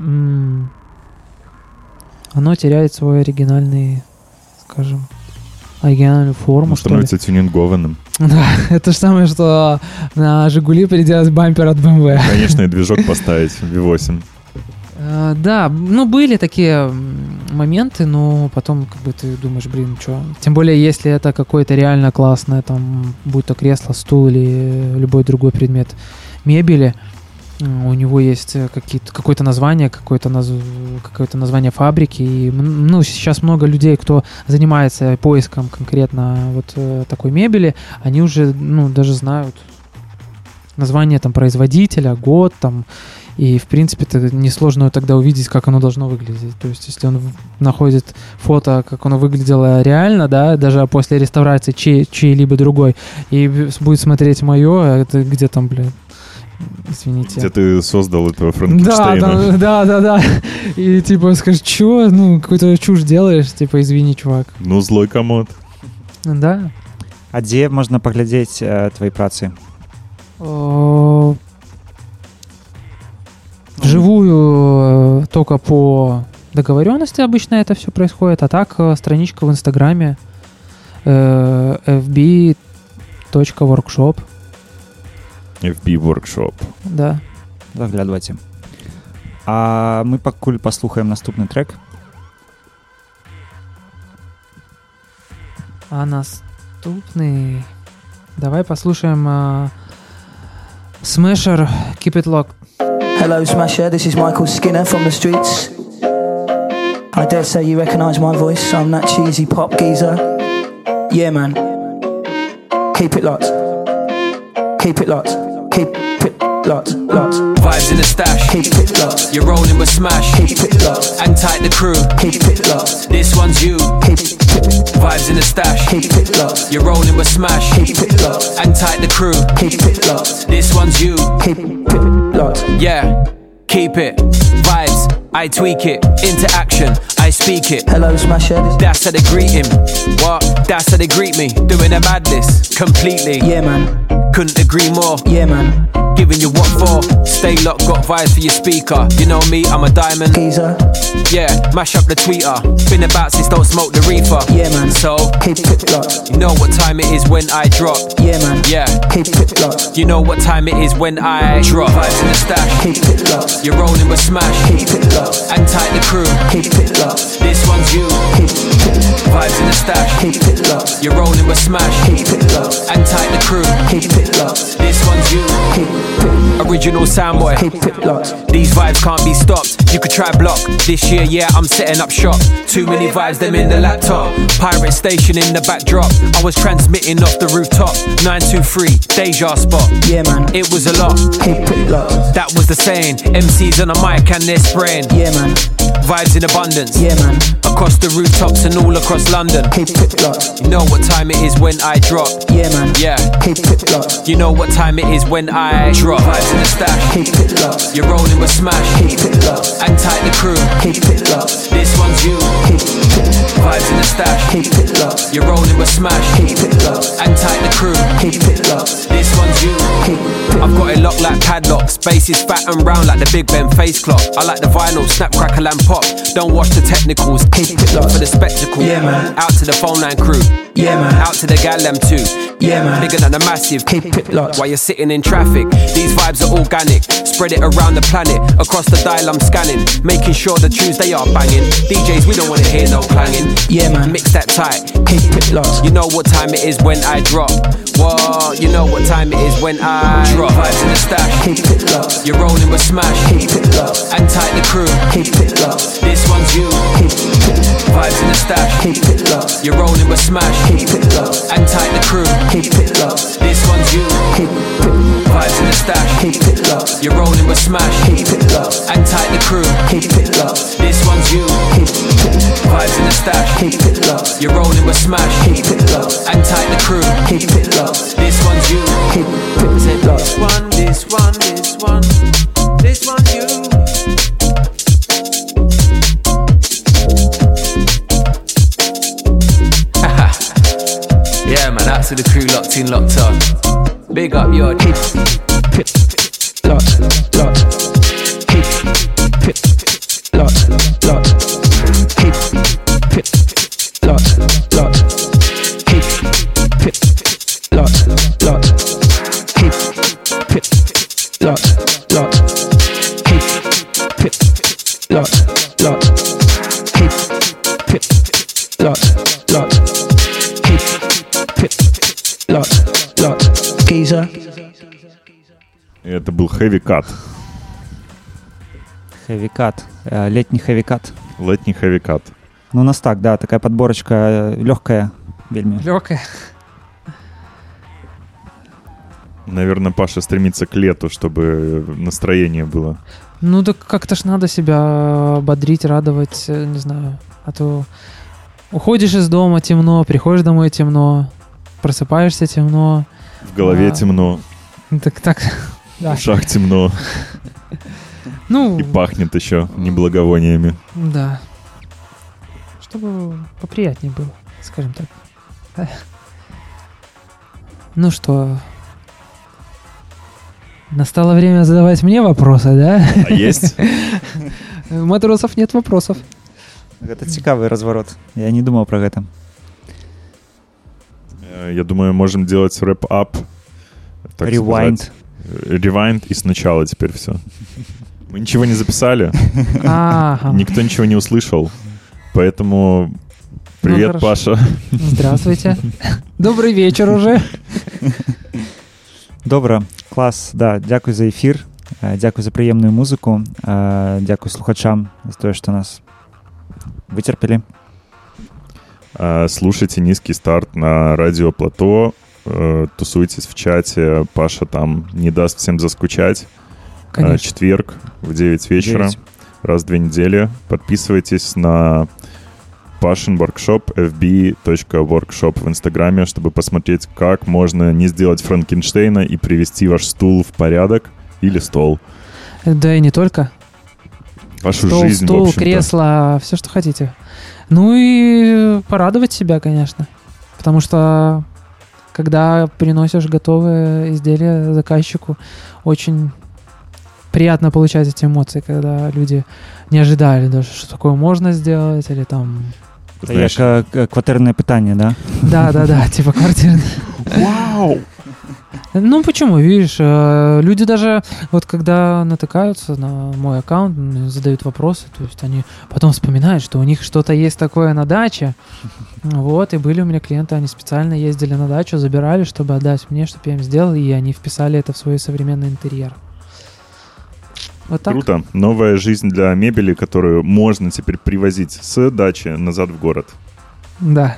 оно теряет свой оригинальный, скажем, оригинальную форму, что ли. Становится тюнингованным. Да, это же самое, что на «Жигули» переделать бампер от BMW. Конечно, и движок поставить V8. Да, ну, были такие моменты, но потом как бы ты думаешь, блин, что... Тем более, если это какое-то реально классное, там, будь то кресло, стул или любой другой предмет мебели, у него есть какое-то название, какое-то название фабрики. И, ну, сейчас много людей, кто занимается поиском конкретно вот такой мебели, они уже, ну, даже знают название там производителя, год там. И, в принципе, это несложно тогда увидеть, как оно должно выглядеть. То есть, если он находит фото, как оно выглядело реально, да, даже после реставрации чьей-либо другой, и будет смотреть мое, это где там, блин, извините. Где ты создал этого Франкенштейна. Да. И, типа, скажешь, чё? Ну, какую-то чушь делаешь, типа, извини, чувак. Ну, злой комод. Да. А где можно поглядеть твои працы? Вживую только по договоренности обычно это все происходит, а так страничка в Инстаграме fb.workshop. FB Workshop. Да. Заглядывайте. А мы пакуль паслухаем наступны трек. А наступный... Давай послушаем Smasher Keep It Locked. Hello Smasher, this is Michael Skinner from the streets. I dare say you recognise my voice, I'm that cheesy pop geezer. Yeah man, keep it locked. Keep it locked. Keep it locked. Vibes in the stash. Keep it locked. You're rolling with smash. Keep it locked. Hang tight the crew. Keep it locked. This one's you. Keep it Vibes in the stash. Keep it locked. You're rolling with smash. Keep it locked. Hang tight the crew. Keep it locked. This one's you. Keep it locked. Yeah, keep it. Vibes, I tweak it. Into action, I speak it. Hello Smasher. That's how they greet him. What? That's how they greet me. Doing a madness completely. Yeah man. Couldn't agree more. Yeah man. Giving you what for? Stay locked, got vibes for your speaker. You know me, I'm a diamond. Geezer. Yeah, mash up the tweeter. Been about since don't smoke the reefer. Yeah man. So, keep it locked. you know what time it is when I drop. Yeah man. Yeah, keep it locked. you know what time it is when I drop. Vibes in the stash. Keep it locked. You're rolling with smash. Keep it locked. Hang tight the crew. Keep it locked. This one's you. Keep it Vibes in the stash. Keep it locked. You're rolling with smash. Keep it locked. Hang tight the crew. Keep it locked. This one's you. Keep Original soundboy. Keep it locked. These vibes can't be stopped. You could try block. This year, yeah, I'm setting up shop. Too many vibes, them in the laptop. Pirate station in the backdrop. I was transmitting off the rooftop. 923, Deja spot. Yeah man. It was a lot. Keep it locked. That was the saying. MCs on a mic and they're spraying. Yeah man. Vibes in abundance. Yeah man. Across the rooftops and all across London. Keep it locked. You know what time it is when I drop. Yeah man. Yeah. Keep it locked. You know what time it is when I drop. Vibes in the stash. Keep it locked. You're rolling with smash. Keep it locked. Hang tight the crew. Keep it locked. This one's you. Keep it Vibes in the stash. Keep it locked. You're rolling with smash. Keep it locked. Hang tight the crew. Keep it locked. This one's you. Keep I've got it locked like padlocks. Bass is fat and round like the Big Ben face clock. I like the vinyl, snap, crackle and pop. Don't watch the technicals. Keep it locked. For the spectacle. Yeah, man. Out to the phone line crew. Yeah, man. Out to the gal them too. Yeah, man. Bigger than the massive. Keep it locked. While you're sitting in traffic, these vibes are organic. Spread it around the planet. Across the dial I'm scanning, making sure the tunes they are banging. DJs, we don't wanna hear no clanging. Yeah, man. Mix that tight. Keep it locked. You know what time it is when I drop. What? You know what time it is when I drop. Vibes in the stash. Keep it locked. You're rolling with Smash. Keep it locked. And tight the crew. Keep it locked. This one's you. Keep it. Vibes in the stash. Keep it locked. You're rolling with Smash. Keep it locked. And tight the crew. Keep it locked. This one's you. Keep it. Vibes in the stash. Keep it locked. You're rolling with Smash. Keep it locked. And tight the crew. Keep it locked. This one's you. Keep it. Vibes in the stash. Keep it locked. You're rolling with Smash. Keep it locked. And tight the crew. Keep it locked. This one's you. Keep it locked. This one, this one, this one. This one's you. Yeah, man, out to the crew, locked in, locked on. Big up your Keep it locked. Locked. Keep it locked. Locked. Keep it locked. Locked. Keep it locked. Locked. Keep it locked. Locked. Keep it locked. Locked. Keep it locked. Locked. Keep it locked. Locked. Geezer. Это был Heavy Cut. Хэви-кат. Летний хэви-кат. Летний Heavy Cut. Ну, у нас так, да, такая подборочка легкая, вельми. Легкая. Наверное, Паша стремится к лету, чтобы настроение было. Ну, так как-то ж надо себя бодрить, радовать, не знаю. А то уходишь из дома темно, приходишь домой темно, просыпаешься темно. В голове темно, Так, в ушах темно. ну, И пахнет еще неблаговониями. да. Чтобы поприятнее было, скажем так. Ну что, настало время задавать мне вопросы, да? А есть? У матросов нет вопросов. Гэта цікавы разворот. Я не думал про гэта. Я думаю, можем делать рэп-ап. так Rewind. сказать. Rewind и сначала теперь все. Мы ничего не записали. Ага. Никто ничего не услышал. Поэтому привет, хорошо. Паша. Здравствуйте. Добрый вечер уже. Добра, клас, да, дзякуй за эфір, дзякуй за прыемную музыку, дзякуй слухачам за тое, што нас выцерпелі. Слушайте «Низкий старт» на радио Плато. Тусуйтесь в чате. Паша там не даст всем заскучать. Конечно. Четверг в 9 вечера. 9. Раз в 2 недели. Подписывайтесь на Пашин Workshop, fb.workshop в Инстаграме, чтобы посмотреть, как можно не сделать Франкенштейна и привести ваш стул в порядок или стол. Да и не только. Вашу Стол, жизнь, в стул, общем-то. кресло, все, что хотите. Ну и порадовать себя, конечно. Потому что, когда приносишь готовое изделие заказчику, очень приятно получать эти эмоции, когда люди не ожидали даже, что такое можно сделать, или там... Знаешь, Як кватэрнае пытанне, да? Да, типа квартиры. Вау! Ну почему, видишь, люди даже вот когда натыкаются на мой аккаунт, задают вопросы, то есть они потом вспоминают, что у них что-то есть такое на даче. Вот, и были у меня клиенты, они специально ездили на дачу, забирали, чтобы отдать мне, чтобы я им сделал, и они вписали это в свой современный интерьер. Вот так. Круто. Новая жизнь для мебели, которую можно теперь привозить с дачи назад в город. Да.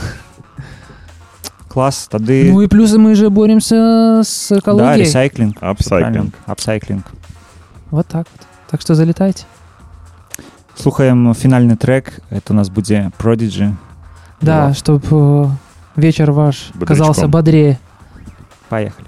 Клас, тады... Ну и плюс мы же боремся с да, экологией. ресайклинг. Апсайклинг. Апсайклинг. Вот так вот. Так что залетайте. Слухаем фінальны трек. Это у нас будзе Prodigy. Да, чтобы вечер ваш Бодрячком. казался бодрее. Поехали.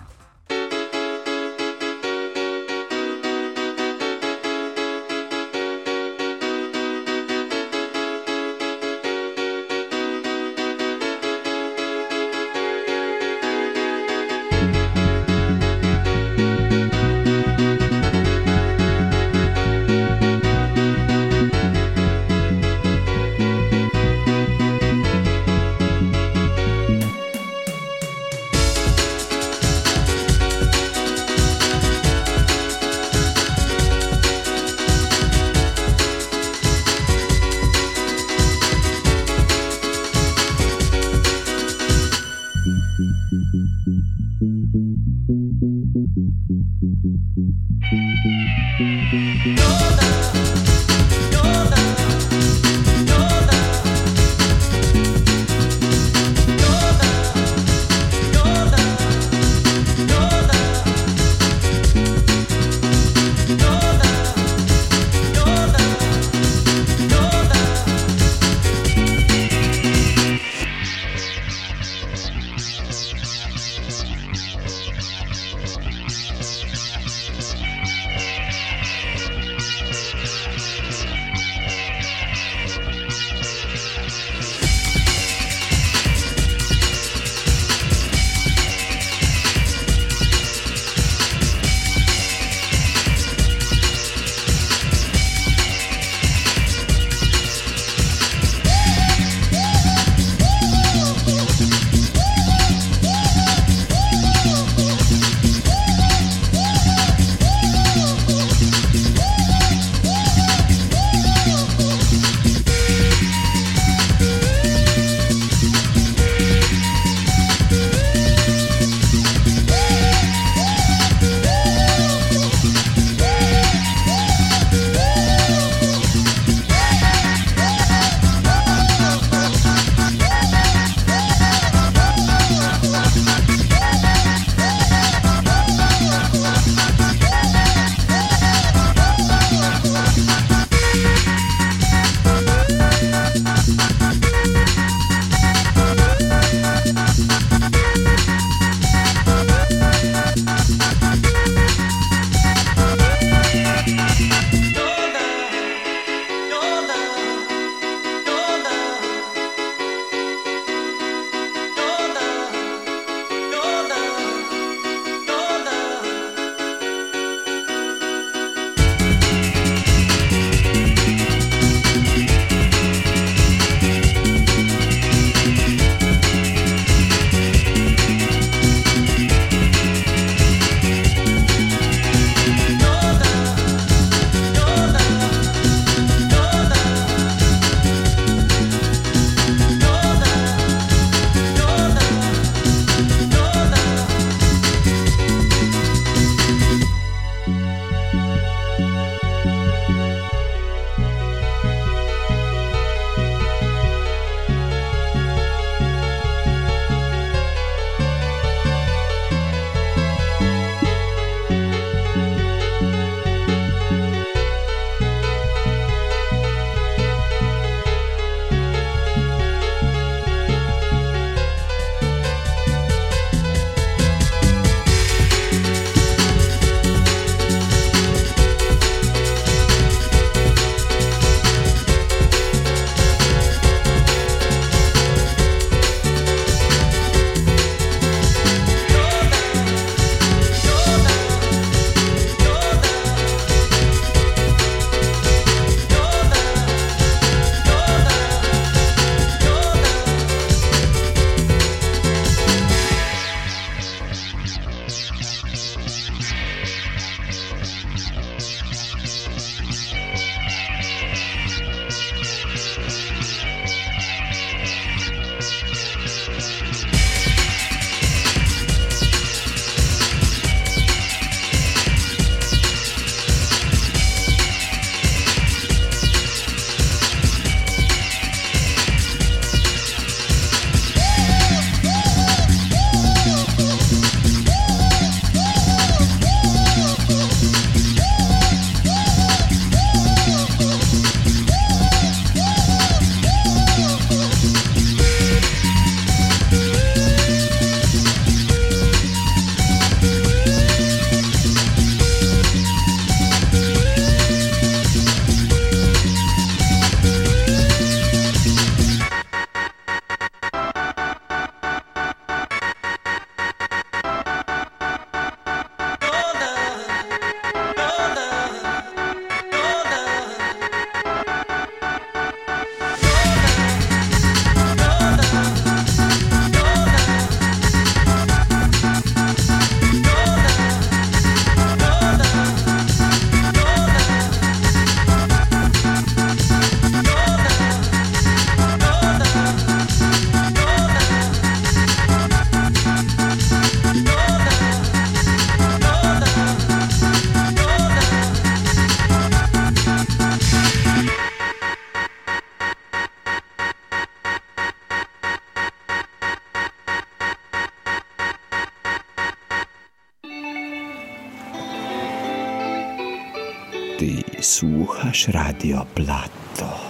Ty słuchasz Radio Plato.